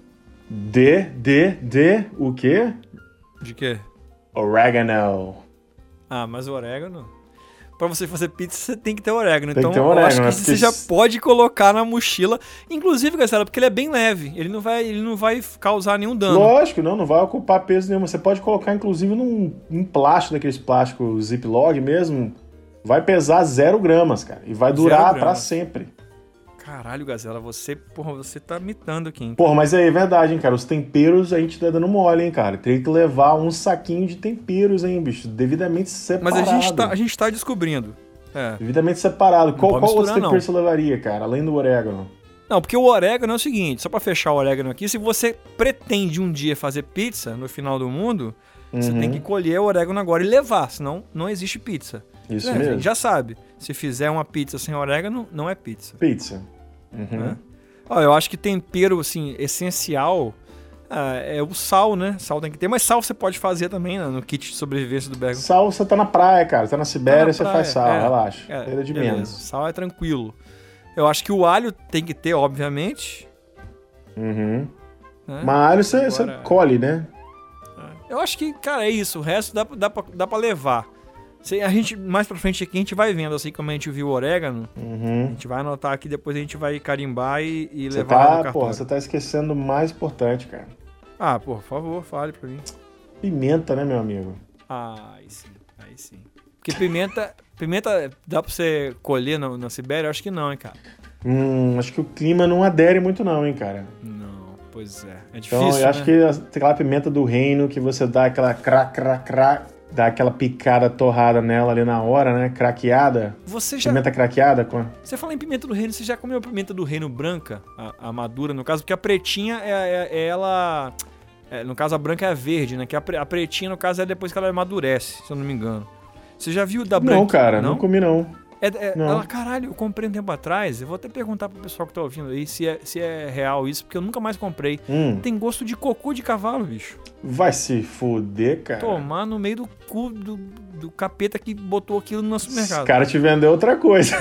de, de, de, o quê? De quê? Oregano. Ah, mas o orégano... Pra você fazer pizza, você tem que ter orégano. Tem então, que ter orégano, eu acho que né? você já pode colocar na mochila. Inclusive, galera, porque ele é bem leve. Ele não vai, ele não vai causar nenhum dano. Lógico, não, não vai ocupar peso nenhum. Você pode colocar, inclusive, num, num plástico, daqueles plásticos Ziploc mesmo. Vai pesar zero gramas, cara. E vai durar pra sempre. Caralho, Gazela, você, porra, você tá mitando aqui, hein? Porra, mas é verdade, hein, cara. Os temperos a gente tá dando mole, hein, cara. Tem que levar um saquinho de temperos, hein, bicho. Devidamente separado. Mas a gente tá, a gente tá descobrindo. É. Devidamente separado. Não qual qual outro tempero não. você levaria, cara? Além do orégano? Não, porque o orégano é o seguinte, só pra fechar o orégano aqui, se você pretende um dia fazer pizza no final do mundo, uhum. você tem que colher o orégano agora e levar, senão não existe pizza. Isso é, mesmo. A gente já sabe. Se fizer uma pizza sem orégano, não é pizza. Pizza. Uhum. É? Ó, eu acho que tempero, assim, essencial ah, é o sal, né? Sal tem que ter, mas sal você pode fazer também, né? No kit de sobrevivência do Bergman. Sal você tá na praia, cara. Você tá na Sibéria, tá na você praia, faz sal, é, relaxa. É, é de beleza. menos. Sal é tranquilo. Eu acho que o alho tem que ter, obviamente. Uhum. Né? Mas alho você, Agora, você colhe, né? Eu acho que, cara, é isso. O resto dá, dá, pra, dá pra levar. A gente, mais pra frente aqui, a gente vai vendo, assim como a gente viu o orégano. Uhum. A gente vai anotar aqui, depois a gente vai carimbar e, e você levar tá, lá no cartório. Porra, você tá esquecendo o mais importante, cara. Ah, por favor, fale pra mim. Pimenta, né, meu amigo? Ah, aí sim, aí sim. Porque pimenta, pimenta dá pra você colher na, na Sibéria? Eu acho que não, hein, cara. Hum, acho que o clima não adere muito não, hein, cara. Não, pois é. É difícil, Então, eu né? acho que tem aquela pimenta do reino que você dá aquela cra, cra, cra, dá aquela picada torrada nela ali na hora, né? Craqueada. Você já... Pimenta craqueada? Com... Você fala em pimenta do reino, você já comeu a pimenta do reino branca? A, a madura, no caso, porque a pretinha é, é, é ela... É, no caso, a branca é a verde, né? Que a, pre, a pretinha, no caso, é depois que ela amadurece, se eu não me engano. Você já viu da branca? Não, cara, não, não comi não. É, é, não. Ela, caralho, eu comprei um tempo atrás. Eu vou até perguntar pro pessoal que tá ouvindo aí se é, se é real isso, porque eu nunca mais comprei. Hum. Tem gosto de cocô de cavalo, bicho. Vai se fuder, cara. Tomar no meio do cu do, do capeta que botou aquilo no nosso supermercado. Os caras te vendeu outra coisa.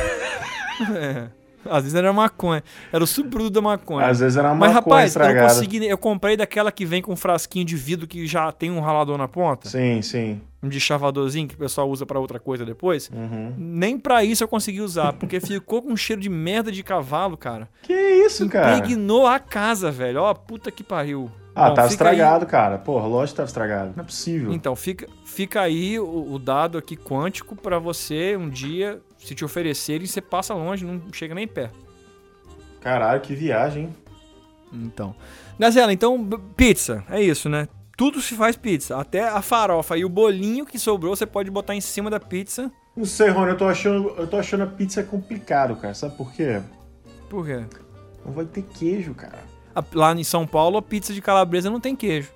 É. Às vezes era maconha. Era o subproduto da maconha. Às vezes era Mas, maconha rapaz, estragada. eu não consegui. Eu comprei daquela que vem com um frasquinho de vidro que já tem um ralador na ponta. Sim, sim. Um de chavadorzinho que o pessoal usa pra outra coisa depois. Uhum. Nem pra isso eu consegui usar, porque ficou com um cheiro de merda de cavalo, cara. Que isso, cara? Impregnou a casa, velho. Ó, puta que pariu. Ah, Bom, tava fica estragado, aí... cara. Porra, lógico que tava estragado. Não é possível. Então, fica, fica aí o, o dado aqui quântico pra você um dia, se te oferecerem, você passa longe, não chega nem perto. Caralho, que viagem, hein? Então. Gazela, então, pizza. É isso, né? Tudo se faz pizza. Até a farofa e o bolinho que sobrou, você pode botar em cima da pizza. Não sei, Rony, eu tô achando, eu tô achando a pizza complicado, cara. Sabe por quê? Por quê? Não vai ter queijo, cara. Lá em São Paulo, a pizza de calabresa não tem queijo.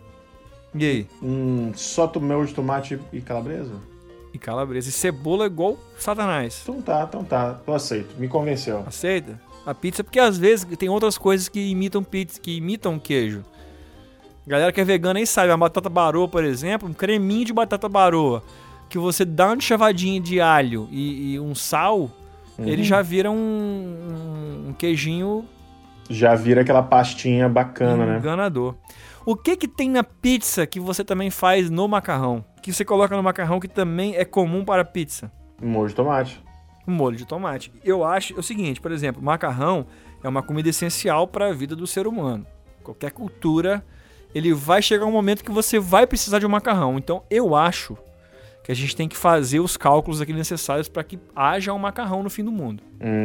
E aí? Hum, só tomate de tomate e calabresa? E calabresa. E cebola é igual satanás. Então tá, então tá. Eu aceito. Me convenceu. Aceita? A pizza, porque às vezes tem outras coisas que imitam pizza, que imitam queijo. Galera que é vegana aí sabe, a batata baroa, por exemplo, um creminho de batata baroa, que você dá uma chavadinha de alho e, e um sal, uhum. ele já vira um, um, um queijinho... Já vira aquela pastinha bacana, enganador. né? Enganador. O que que tem na pizza que você também faz no macarrão? Que você coloca no macarrão que também é comum para pizza? Molho de tomate. Um molho de tomate. Eu acho o seguinte, por exemplo, macarrão é uma comida essencial para a vida do ser humano. Qualquer cultura, ele vai chegar um momento que você vai precisar de um macarrão. Então, eu acho que a gente tem que fazer os cálculos aqui necessários para que haja um macarrão no fim do mundo.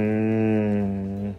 Hum...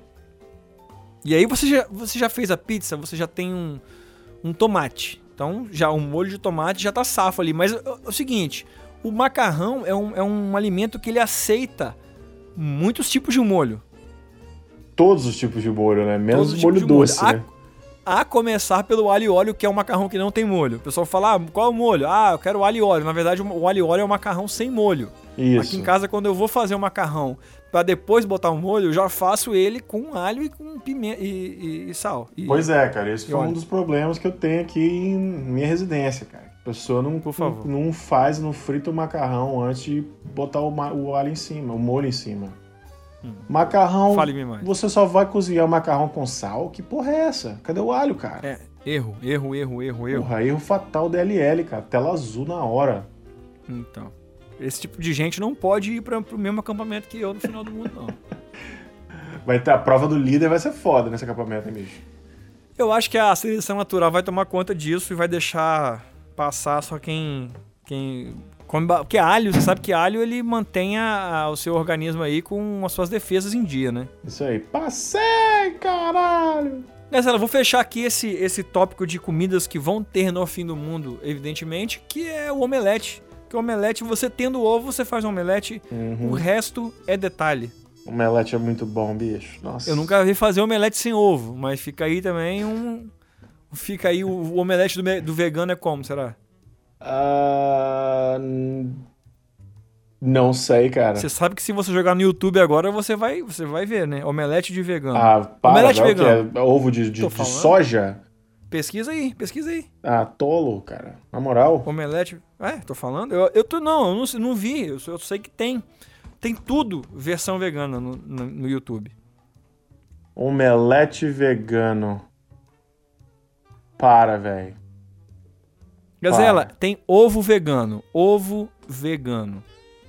E aí você já, você já fez a pizza, você já tem um, um tomate. Então, já um molho de tomate já tá safo ali. Mas é o seguinte, o macarrão é um, é um alimento que ele aceita muitos tipos de molho. todos os tipos de molho, né? Menos Todos os molho tipos de molho. doce, A- né? A começar pelo alho e óleo, que é um macarrão que não tem molho. O pessoal fala, ah, qual é o molho? Ah, eu quero alho e óleo. Na verdade, o alho e óleo é um macarrão sem molho. Isso. Aqui em casa, quando eu vou fazer um macarrão pra depois botar um molho, eu já faço ele com alho e com pimenta e, e- e sal. E- Pois é, cara, esse e foi um óleo. dos problemas que eu tenho aqui em minha residência, cara. A pessoa não, Por favor. não, não faz, não frita o macarrão antes de botar o, ma- o alho em cima, o molho em cima. Hum. Macarrão, Fale-me mais. você só vai cozinhar o macarrão com sal? Que porra é essa? Cadê o alho, cara? É, erro, erro, erro, erro, erro. Porra, erro fatal D L L, cara. Tela azul na hora. Então, esse tipo de gente não pode ir pra, pro mesmo acampamento que eu no final do mundo, não. Vai ter a prova do líder, vai ser foda nesse acampamento, hein, bicho? Eu acho que a seleção natural vai tomar conta disso e vai deixar passar só quem... quem come ba- porque alho, você sabe que alho ele mantém a- a- o seu organismo aí com as suas defesas em dia, né? Isso aí. Passei, caralho! Marcelo, eu vou fechar aqui esse, esse tópico de comidas que vão ter no fim do mundo, evidentemente, que é o omelete. Que o omelete, você tendo ovo, você faz um omelete, Uhum. o resto é detalhe. O omelete é muito bom, bicho. Nossa. Eu nunca vi fazer omelete sem ovo, mas fica aí também um... Fica aí o, o omelete do, me- do vegano é como, será? Ah, n- não sei, cara. Você sabe que se você jogar no YouTube agora, você vai, você vai ver, né? Omelete de vegano. Ah, para, omelete não, vegano. que é ovo de, de, Tô de falando. soja? Pesquisa aí, pesquisa aí. Ah, tolo, cara. Na moral. Omelete... É, tô falando. Eu, eu tô, não, eu não, sei- não vi. Eu, eu sei que tem. Tem tudo versão vegana no, no, no YouTube. Omelete vegano. Para, velho. Gazela, Para. tem ovo vegano. Ovo vegano.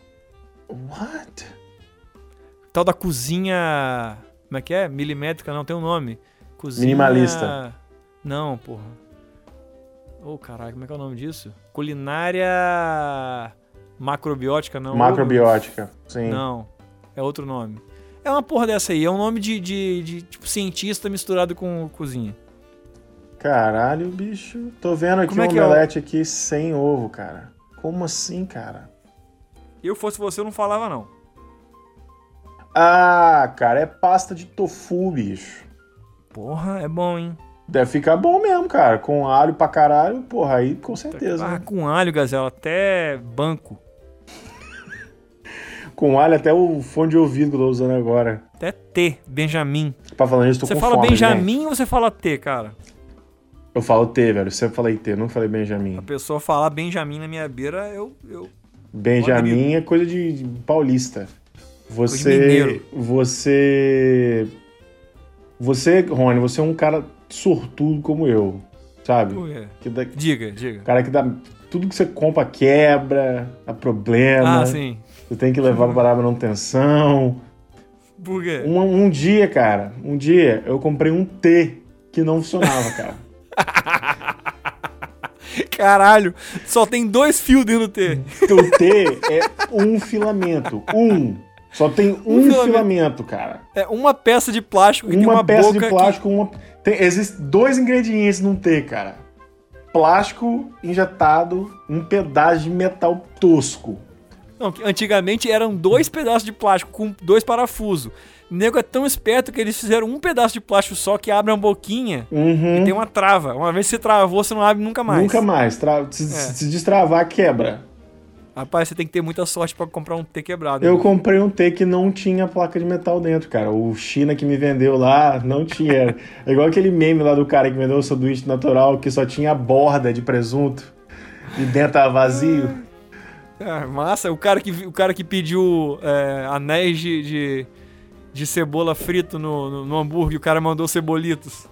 What? Tal da cozinha... Como é que é? Milimétrica, não, tem um nome. Cozinha... Minimalista. Não, porra. Ô, caralho, como é que é o nome disso? Culinária... Macrobiótica, não. Macrobiótica, sim. Não, é outro nome. É uma porra dessa aí, é um nome de, de, de tipo, cientista misturado com cozinha. Caralho, bicho. Tô vendo aqui Como um é que é o- omelete aqui sem ovo, cara. Como assim, cara? Eu fosse você, eu não falava não. Ah, cara, é pasta de tofu, bicho. Porra, é bom, hein? Deve ficar bom mesmo, cara. Com alho pra caralho, porra, aí com certeza. Ah, né? com alho, Gazela, até banco. Com alho até o fone de ouvido que eu tô usando agora. Até T, Benjamin. Pra falar isso, tô Você com fala fome, Benjamin gente. ou você fala T, cara? Eu falo T, velho. Sempre falei T, não falei Benjamin. A pessoa falar Benjamin na minha beira, eu... eu... Benjamin é coisa de, de paulista. Coisa de Você... mineiro. Você... Você, Rony, você é um cara sortudo como eu, sabe? Por quê? Que dá... Diga, diga. Cara que dá... Tudo que você compra quebra, dá problema. Ah, sim. Você tem que levar para manutenção. Por quê? Um, um dia, cara, um dia eu comprei um T que não funcionava, cara. Caralho, só tem dois fios dentro do T. O T é um filamento. Um. Só tem um, Um filamento. filamento. cara. É uma peça de plástico que tem Uma uma peça boca de que- plástico, uma. Tem, existem dois ingredientes num T, cara. Plástico injetado, um pedaço de metal tosco. Não, que antigamente eram dois pedaços de plástico com dois parafusos. O nego é tão esperto que eles fizeram um pedaço de plástico só que abre uma boquinha Uhum. e tem uma trava. Uma vez que você travou, você não abre nunca mais. Nunca mais. Tra- se, É. se destravar, quebra. Rapaz, você tem que ter muita sorte pra comprar um T quebrado. Eu né? comprei um T que não tinha placa de metal dentro, cara. O China que me vendeu lá não tinha. É igual aquele meme lá do cara que vendeu o sanduíche natural que só tinha a borda de presunto e dentro tava vazio. É, massa. O cara que, o cara que pediu é, anéis de, de, de cebola frito no, no, no hambúrguer, o cara mandou cebolitos.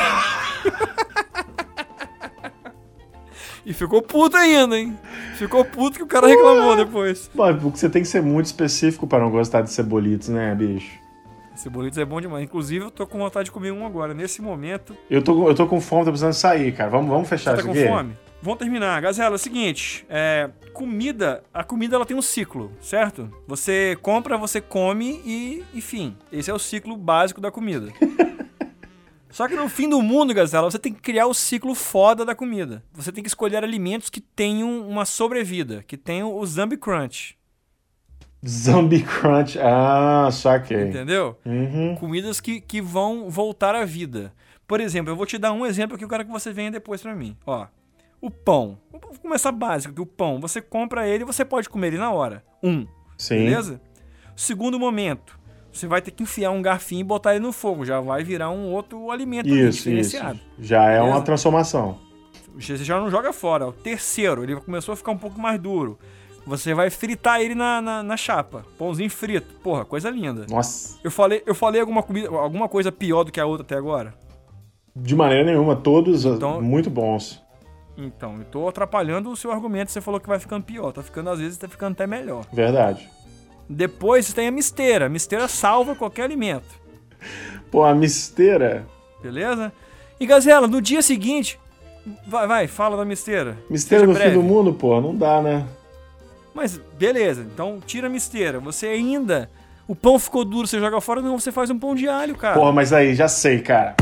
E ficou puto ainda, hein? Ficou puto que o cara reclamou depois. Pô, porque você tem que ser muito específico para não gostar de cebolitos, né, bicho? Cebolitos é bom demais. Inclusive, eu tô com vontade de comer um agora. Nesse momento... Eu tô, eu tô com fome, tô precisando sair, cara. Vamos, vamos fechar Você tá isso com aqui? fome? Vamos terminar. Gazela, é o seguinte. É, comida... A comida, ela tem um ciclo, certo? Você compra, você come e... Enfim, esse é o ciclo básico da comida. Só que no fim do mundo, Gazela, você tem que criar o ciclo foda da comida. Você tem que escolher alimentos que tenham uma sobrevida, que tenham o Zombie Crunch. Zombie Crunch. Ah, saquei. Entendeu? Uhum. Comidas que, que vão voltar à vida. Por exemplo, eu vou te dar um exemplo que eu quero que você venha depois pra mim. Ó, o pão. Vou começar básico, que o pão, você compra ele e você pode comer ele na hora. Um. Sim. Beleza? Segundo momento, você vai ter que enfiar um garfinho e botar ele no fogo. Já vai virar um outro alimento ali, Isso, diferenciado. isso. Já é Beleza? uma transformação. Você já não joga fora. O terceiro, ele começou a ficar um pouco mais duro. Você vai fritar ele na, na, na chapa. Pãozinho frito. Porra, coisa linda. Nossa. Eu falei, eu falei alguma, comida, alguma coisa pior do que a outra até agora? De maneira nenhuma. Todos Então- muito bons. Então, eu tô atrapalhando o seu argumento. Você falou que vai ficando pior. Tá ficando, às vezes, tá ficando até melhor. Verdade. Depois tem a misteira. A misteira salva qualquer alimento. Pô, a misteira... Beleza? E, Gazela, no dia seguinte... Vai, vai, fala da misteira. Misteira Seja do breve. fim do mundo, pô. Não dá, né? Mas, beleza. Então, tira a misteira. Você ainda... O pão ficou duro, você joga fora? Não, você faz um pão de alho, cara. Porra, mas aí, já sei, cara.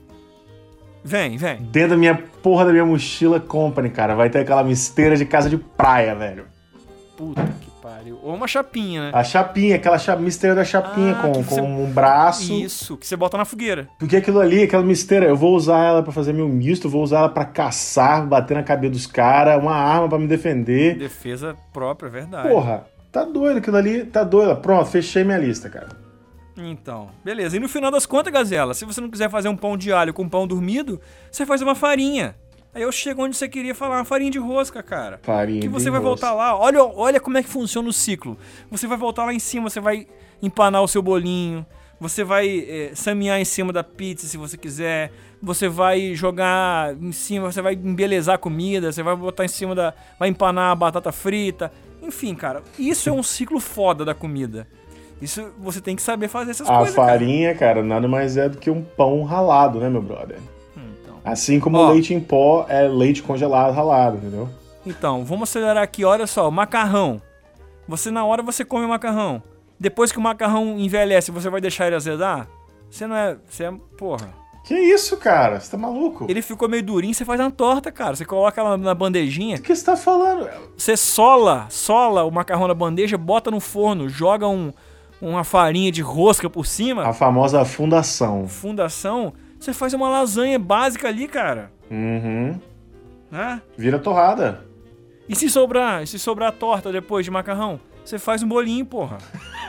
Vem, vem. Dentro da minha porra da minha mochila company, cara, vai ter aquela misteira de casa de praia, velho. Puta que pariu. Ou uma chapinha, né? A chapinha, aquela cha... misteira da chapinha Ah, com, que com você- um braço. Isso, que você bota na fogueira. Porque aquilo ali, aquela misteira, eu vou usar ela pra fazer meu misto, vou usar ela pra caçar, bater na cabeça dos caras, uma arma pra me defender. Defesa própria, é verdade. Porra, tá doido aquilo ali, tá doido. Pronto, fechei minha lista, cara. Então, beleza. E no final das contas, Gazela, se você não quiser fazer um pão de alho com pão dormido, você faz uma farinha. Aí eu chego onde você queria falar, uma farinha de rosca, cara. Farinha Que de você vai rosca. voltar lá, olha, olha como é que funciona o ciclo. Você vai voltar lá em cima, você vai empanar o seu bolinho, você vai é, samear em cima da pizza se você quiser, você vai jogar em cima, você vai embelezar a comida, você vai botar em cima da... vai empanar a batata frita. Enfim, cara, isso é um ciclo foda da comida. Isso você tem que saber fazer essas A coisas, farinha, cara. nada mais é do que um pão ralado, né, meu brother? Então, Assim como Ó. o leite em pó é leite congelado ralado, entendeu? Então, vamos acelerar aqui. Olha só, macarrão. Você na hora você come o macarrão. Depois que o macarrão envelhece, você vai deixar ele azedar? Você não é... Você é... Porra. Que isso, cara? Você tá maluco? Ele ficou meio durinho, você faz uma torta, cara. Você coloca ela na bandejinha. O que você tá falando? Você sola, sola o macarrão na bandeja, bota no forno, joga um, uma farinha de rosca por cima. A famosa fundação. Fundação. Você faz uma lasanha básica ali, cara. Uhum. Né? Vira torrada. E se sobrar? E se sobrar torta depois de macarrão? Você faz um bolinho, porra.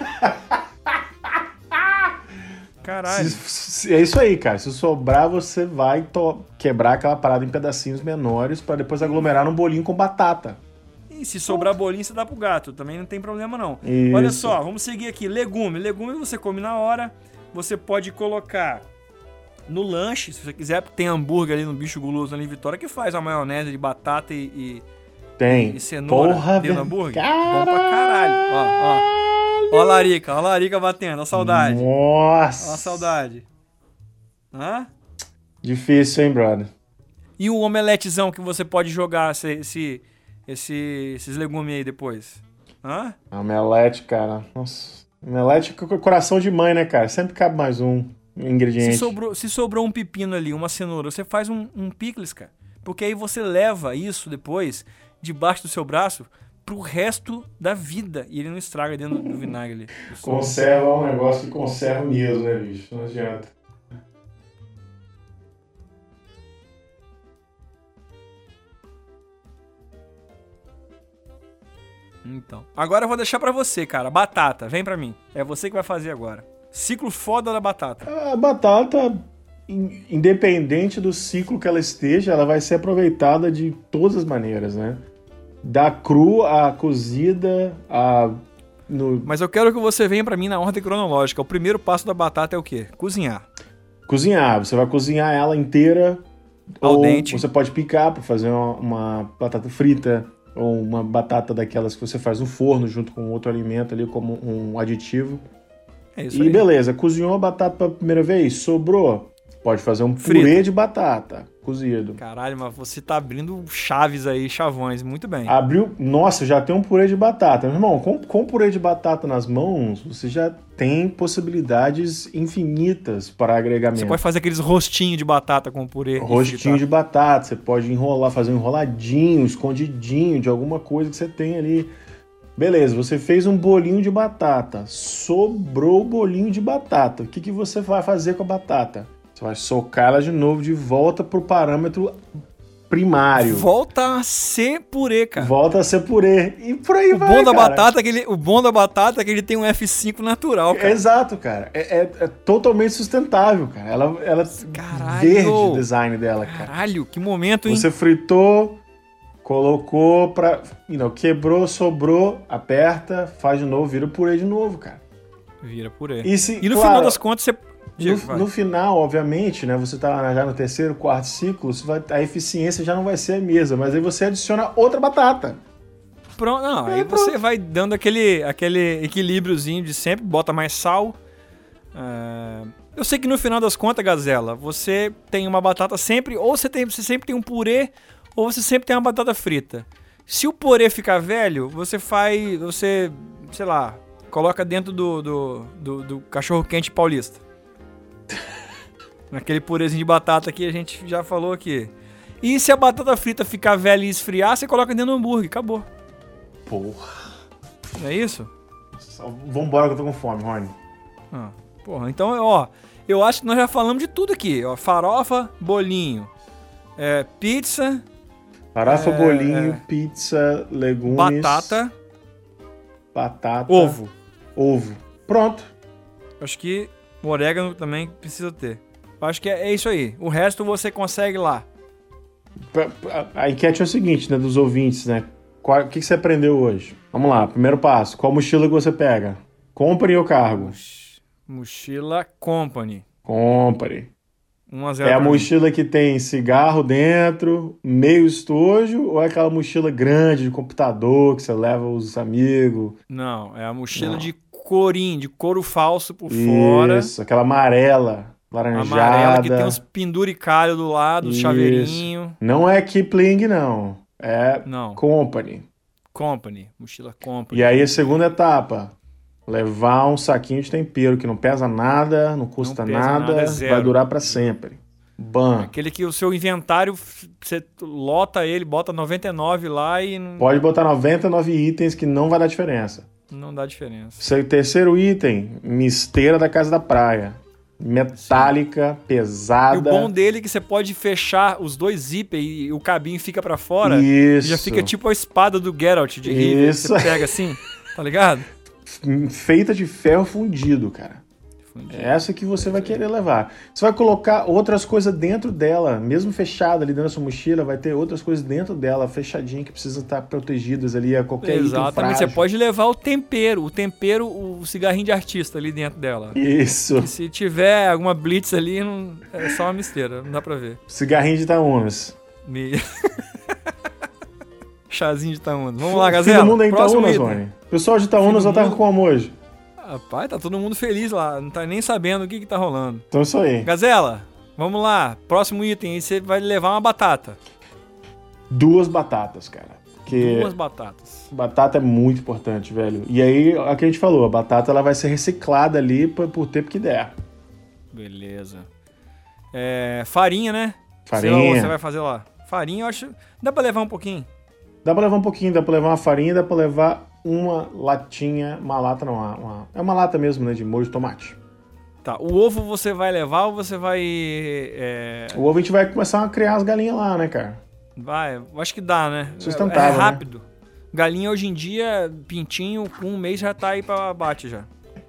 Caralho. Se- se- é isso aí, cara. Se sobrar, você vai to- quebrar aquela parada em pedacinhos menores pra depois aglomerar num bolinho com batata. E se sobrar bolinho, você dá pro gato. Também não tem problema, não. Isso. Olha só, vamos seguir aqui. Legume. Legume você come na hora. Você pode colocar no lanche, se você quiser. Tem hambúrguer ali no Bicho Guloso ali em Vitória, que faz a maionese de batata e, e, Tem. e cenoura Porra, dentro do velho. hambúrguer. Bom pra caralho. Ó, ó. Ó a larica. Ó a larica batendo. Ó a saudade. Nossa. Ó a saudade. Hã? Difícil, hein, brother? E o omeletezão que você pode jogar esse, esse, esse- esses legumes aí depois? Hã? Omelete, cara. Nossa. Omelete é coração de mãe, né, cara? Sempre cabe mais um ingrediente. Se sobrou, se sobrou um pepino ali, uma cenoura, você faz um, um picles, cara. Porque aí você leva isso depois, debaixo do seu braço, pro resto da vida. E ele não estraga dentro do vinagre ali. Conserva é um negócio que conserva mesmo, né, bicho? Não adianta. Então. Agora eu vou deixar pra você, cara. Batata, vem pra mim. É você que vai fazer agora. Ciclo foda da batata. A batata, in- independente do ciclo que ela esteja, ela vai ser aproveitada de todas as maneiras, né? Da cru, a cozida, a... No... Mas eu quero que você venha pra mim na ordem cronológica. O primeiro passo da batata é o quê? Cozinhar. Cozinhar. Você vai cozinhar ela inteira. Ao ou dente. você pode picar para fazer uma, uma batata frita ou uma batata daquelas que você faz no forno junto com outro alimento ali como um aditivo. É isso E aí. beleza, cozinhou a batata pela primeira vez, sobrou, pode fazer um Frita. purê de batata cozido. Caralho, mas você tá abrindo chaves aí, chavões. Muito bem. Abriu, nossa, já tem um purê de batata. Meu irmão, com, com purê de batata nas mãos, você já tem possibilidades infinitas para agregamento. Você pode fazer aqueles rostinhos de batata com purê. e Rostinho fritar. de batata, você pode enrolar, fazer um enroladinho, escondidinho de alguma coisa que você tem ali. Beleza, você fez um bolinho de batata. Sobrou o bolinho de batata. O que, que você vai fazer com a batata? Você vai socar ela de novo de volta pro parâmetro primário. Volta a ser purê, cara. Volta a ser purê. E por aí o vai, bom da cara. batata é que ele, O bom da batata é que ele tem um F cinco natural, cara. Exato, cara. É, é, é totalmente sustentável, cara. Ela, ela Caralho. verde o design dela, cara. Caralho, que momento, hein? Você fritou, colocou pra... You know, quebrou, sobrou, aperta, faz de novo, vira o purê de novo, cara. Vira purê. E, se, e no claro, final das contas, você... No, no final, obviamente, né? Você tá já no terceiro, quarto ciclo, você vai, a eficiência já não vai ser a mesma, mas aí você adiciona outra batata. Pronto, não, é, aí pronto. você vai dando aquele, aquele equilíbriozinho de sempre, bota mais sal. Uh, eu sei que no final das contas, Gazela, você tem uma batata sempre, ou você, tem, você sempre tem um purê, ou você sempre tem uma batata frita. Se o purê ficar velho, você faz, você, sei lá, coloca dentro do, do, do, do cachorro-quente paulista. Naquele purezinho de batata que a gente já falou aqui. E se a batata frita ficar velha e esfriar, você coloca dentro do hambúrguer. Acabou. Porra. Não é isso? Vambora que eu tô com fome, Rony. Ah, porra, então, ó, eu acho que nós já falamos de tudo aqui. Ó, farofa, bolinho, é, pizza... Farofa, é, bolinho, é, pizza, legumes... Batata... Batata... Ovo. Ovo. Pronto. Acho que o orégano também precisa ter. Acho que é, é isso aí. O resto você consegue lá. A enquete é o seguinte, né, dos ouvintes, né? Qual, o que você aprendeu hoje? Vamos lá, primeiro passo. Qual mochila que você pega? Company ou cargo? Mochila Company. Company. um a zero É a pra mim. mochila que tem cigarro dentro, meio estojo, ou é aquela mochila grande de computador que você leva os amigos? Não, é a mochila Não. de corim, de couro falso por fora. Isso, aquela amarela, laranjada. Amarela que tem uns penduricalhos do lado, os Isso. chaveirinho. Não é Kipling, não. É Não. Company. Company, mochila Company. E aí a segunda etapa, levar um saquinho de tempero que não pesa nada, não custa Não pesa nada, nada, é zero. vai durar pra sempre. Bam. Aquele que o seu inventário, você lota ele, bota noventa e nove lá e não, Pode botar noventa e nove itens que não vai dar diferença. não dá diferença. Seu terceiro item, misteira da casa da praia. Metálica, pesada. E o bom dele é que você pode fechar os dois zíper e o cabinho fica pra fora. Isso. E já fica tipo a espada do Geralt de Rivia. Isso. Você pega assim, tá ligado? Feita de ferro fundido, cara. Fundido. Essa que você vai querer levar. Você vai colocar outras coisas dentro dela, mesmo fechada ali dentro da sua mochila, vai ter outras coisas dentro dela, fechadinha, que precisam estar protegidas ali a qualquer item Exatamente, frágil. você pode levar o tempero, o tempero, o cigarrinho de artista ali dentro dela. Isso. E se tiver alguma blitz ali, não, é só uma misteira, não dá pra ver. Cigarrinho de Itaúnas. Me... Chazinho de Itaúnas. Vamos lá, Gazela. Todo mundo é em Próximo Itaúnas, item. Rony. O pessoal de Itaúnas já tá mundo- como hoje. Rapaz, tá todo mundo feliz lá, não tá nem sabendo o que que tá rolando. Então é isso aí. Gazela, vamos lá, próximo item, aí você vai levar uma batata. Duas batatas, cara. Porque Duas batatas. batata é muito importante, velho. E aí, é o que a gente falou, a batata ela vai ser reciclada ali por, por tempo que der. Beleza. É, farinha, né? Farinha. Sei lá, você vai fazer lá. Farinha, eu acho. Dá pra levar um pouquinho. Dá pra levar um pouquinho, dá pra levar uma farinha, dá pra levar uma latinha, uma lata não, uma, uma- é uma lata mesmo, né, de molho de tomate. Tá, o ovo você vai levar ou você vai. É, O ovo a gente vai começar a criar as galinhas lá, né, cara? vai, eu acho que dá, né? Sustentável, É né? rápido. Galinha hoje em dia, pintinho, com um mês já tá aí pra abate já.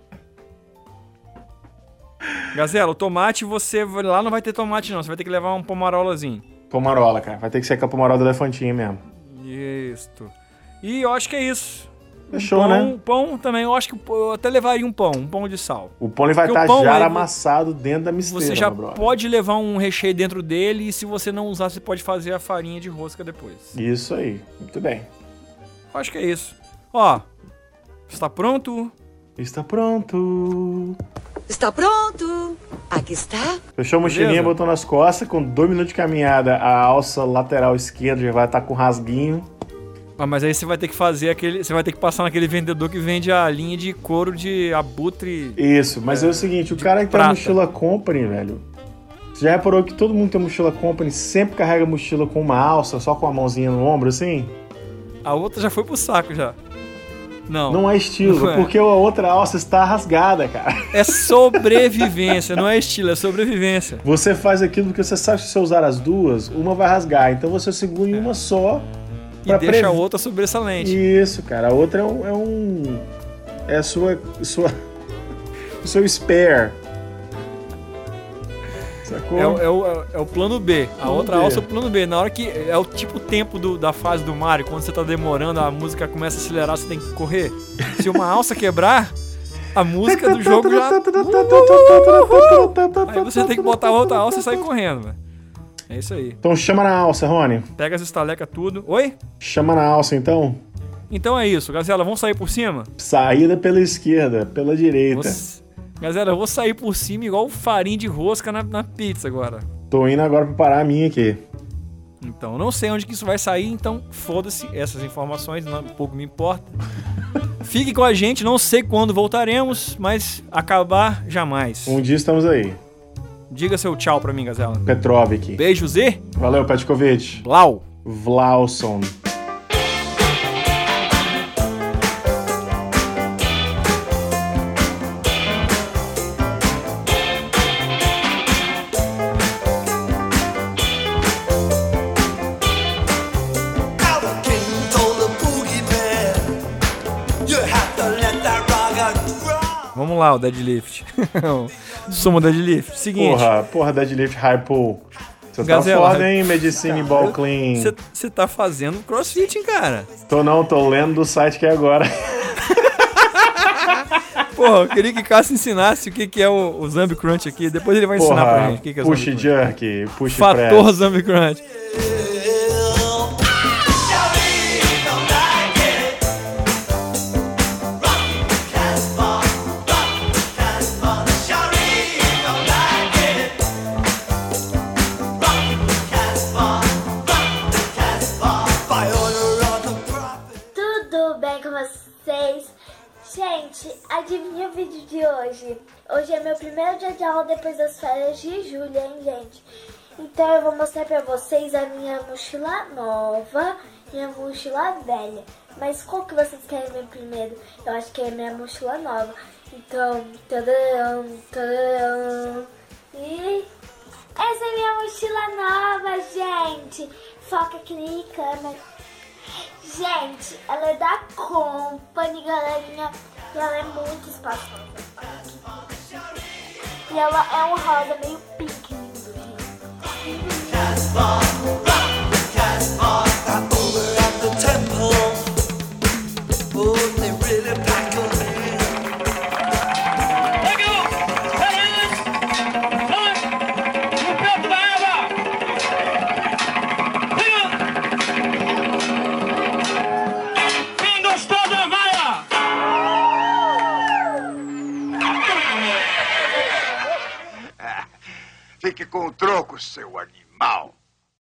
Gazela, o tomate você vai- lá não vai ter tomate não, você vai ter que levar um pomarolazinho. Pomarola, cara. Vai ter que ser com a pomarola do elefantinho mesmo. Isso. E eu acho que é isso. Fechou, pão, né? Pão também, eu acho que eu até levaria um pão, um pão de sal. O pão ele vai Porque estar o pão, já ele- amassado dentro da misteira, Você já meu brother. pode levar um recheio dentro dele e se você não usar, você pode fazer a farinha de rosca depois. Isso aí. Muito bem. Eu acho que é isso. Ó, está pronto? Está pronto. Está pronto. Aqui está. Fechou a mochilinha, Beleza. botou nas costas. Com dois minutos de caminhada, a alça lateral esquerda já vai estar com rasguinho. Ah, mas aí você vai ter que fazer aquele. Você vai ter que passar naquele vendedor que vende a linha de couro de abutre. Isso, mas é, o seguinte, o cara que tem a prata. mochila Company, velho, você já reparou que todo mundo que tem mochila Company sempre carrega a mochila com uma alça, só com a mãozinha no ombro, assim? A outra já foi pro saco já. Não. Não é estilo, Não é. porque a outra alça está rasgada, cara. É sobrevivência, não é estilo, é sobrevivência. Você faz aquilo porque você sabe que se você usar as duas, uma vai rasgar. Então você segura em uma só. E pra deixa prever. a outra sobressalente. Isso, cara. A outra é um... É, um, é a sua... sua o seu spare. Sacou? É, o- é o, é o plano B. A Plano outra B. alça é o plano B. Na hora que. É o tipo tempo do- da fase do Mario, quando você tá demorando, a música começa a acelerar, você tem que correr. Se uma alça quebrar, a música do jogo já. Aí você tem que botar a outra alça e sair correndo, velho. É isso aí. Então chama na alça, Rony. Pega as estalecas tudo. Oi? Chama na alça, então. Então é isso, Gazela, vamos sair por cima? Saída pela esquerda, pela direita. Vou- Gazela, eu vou sair por cima igual farinha de rosca na, na pizza agora. Tô indo agora preparar a minha aqui. Então, não sei onde que isso vai sair, então foda-se essas informações, não, pouco me importa. Fique com a gente, não sei quando voltaremos, mas acabar jamais. Um dia estamos aí. Diga seu tchau pra mim, Gazela. Petrovic. Beijos e... Valeu, Petkovic. Blau. Vlauson. Vamos lá, o deadlift. Soma deadlift. Seguinte. Porra, porra, deadlift high pull. Você tá Gazela, foda, hein? Medicine Ball Clean. Você tá fazendo crossfit, hein, cara? Tô não, tô lendo do site que é agora. Porra, eu queria que Cássio ensinasse o que, que é o, o Zambi Crunch aqui. Depois ele vai ensinar Porra, pra gente o que, que é o push Zambi Crunch. jerk, push Fator press. Zambi Crunch. Tudo bem com vocês? Gente, adivinha o vídeo de hoje? Hoje é meu primeiro dia de aula depois das férias de julho, hein, gente? Então eu vou mostrar pra vocês a minha mochila nova e a mochila velha. Mas qual que vocês querem ver primeiro? Eu acho que é a minha mochila nova. Então, tadam, tadam. E essa é minha mochila nova, gente. Foca aqui na câmera. Gente, ela é da Company, galerinha, e ela é muito espaçosa. E ela é um rosa meio pink lindo, gente. Fique com o troco, seu animal.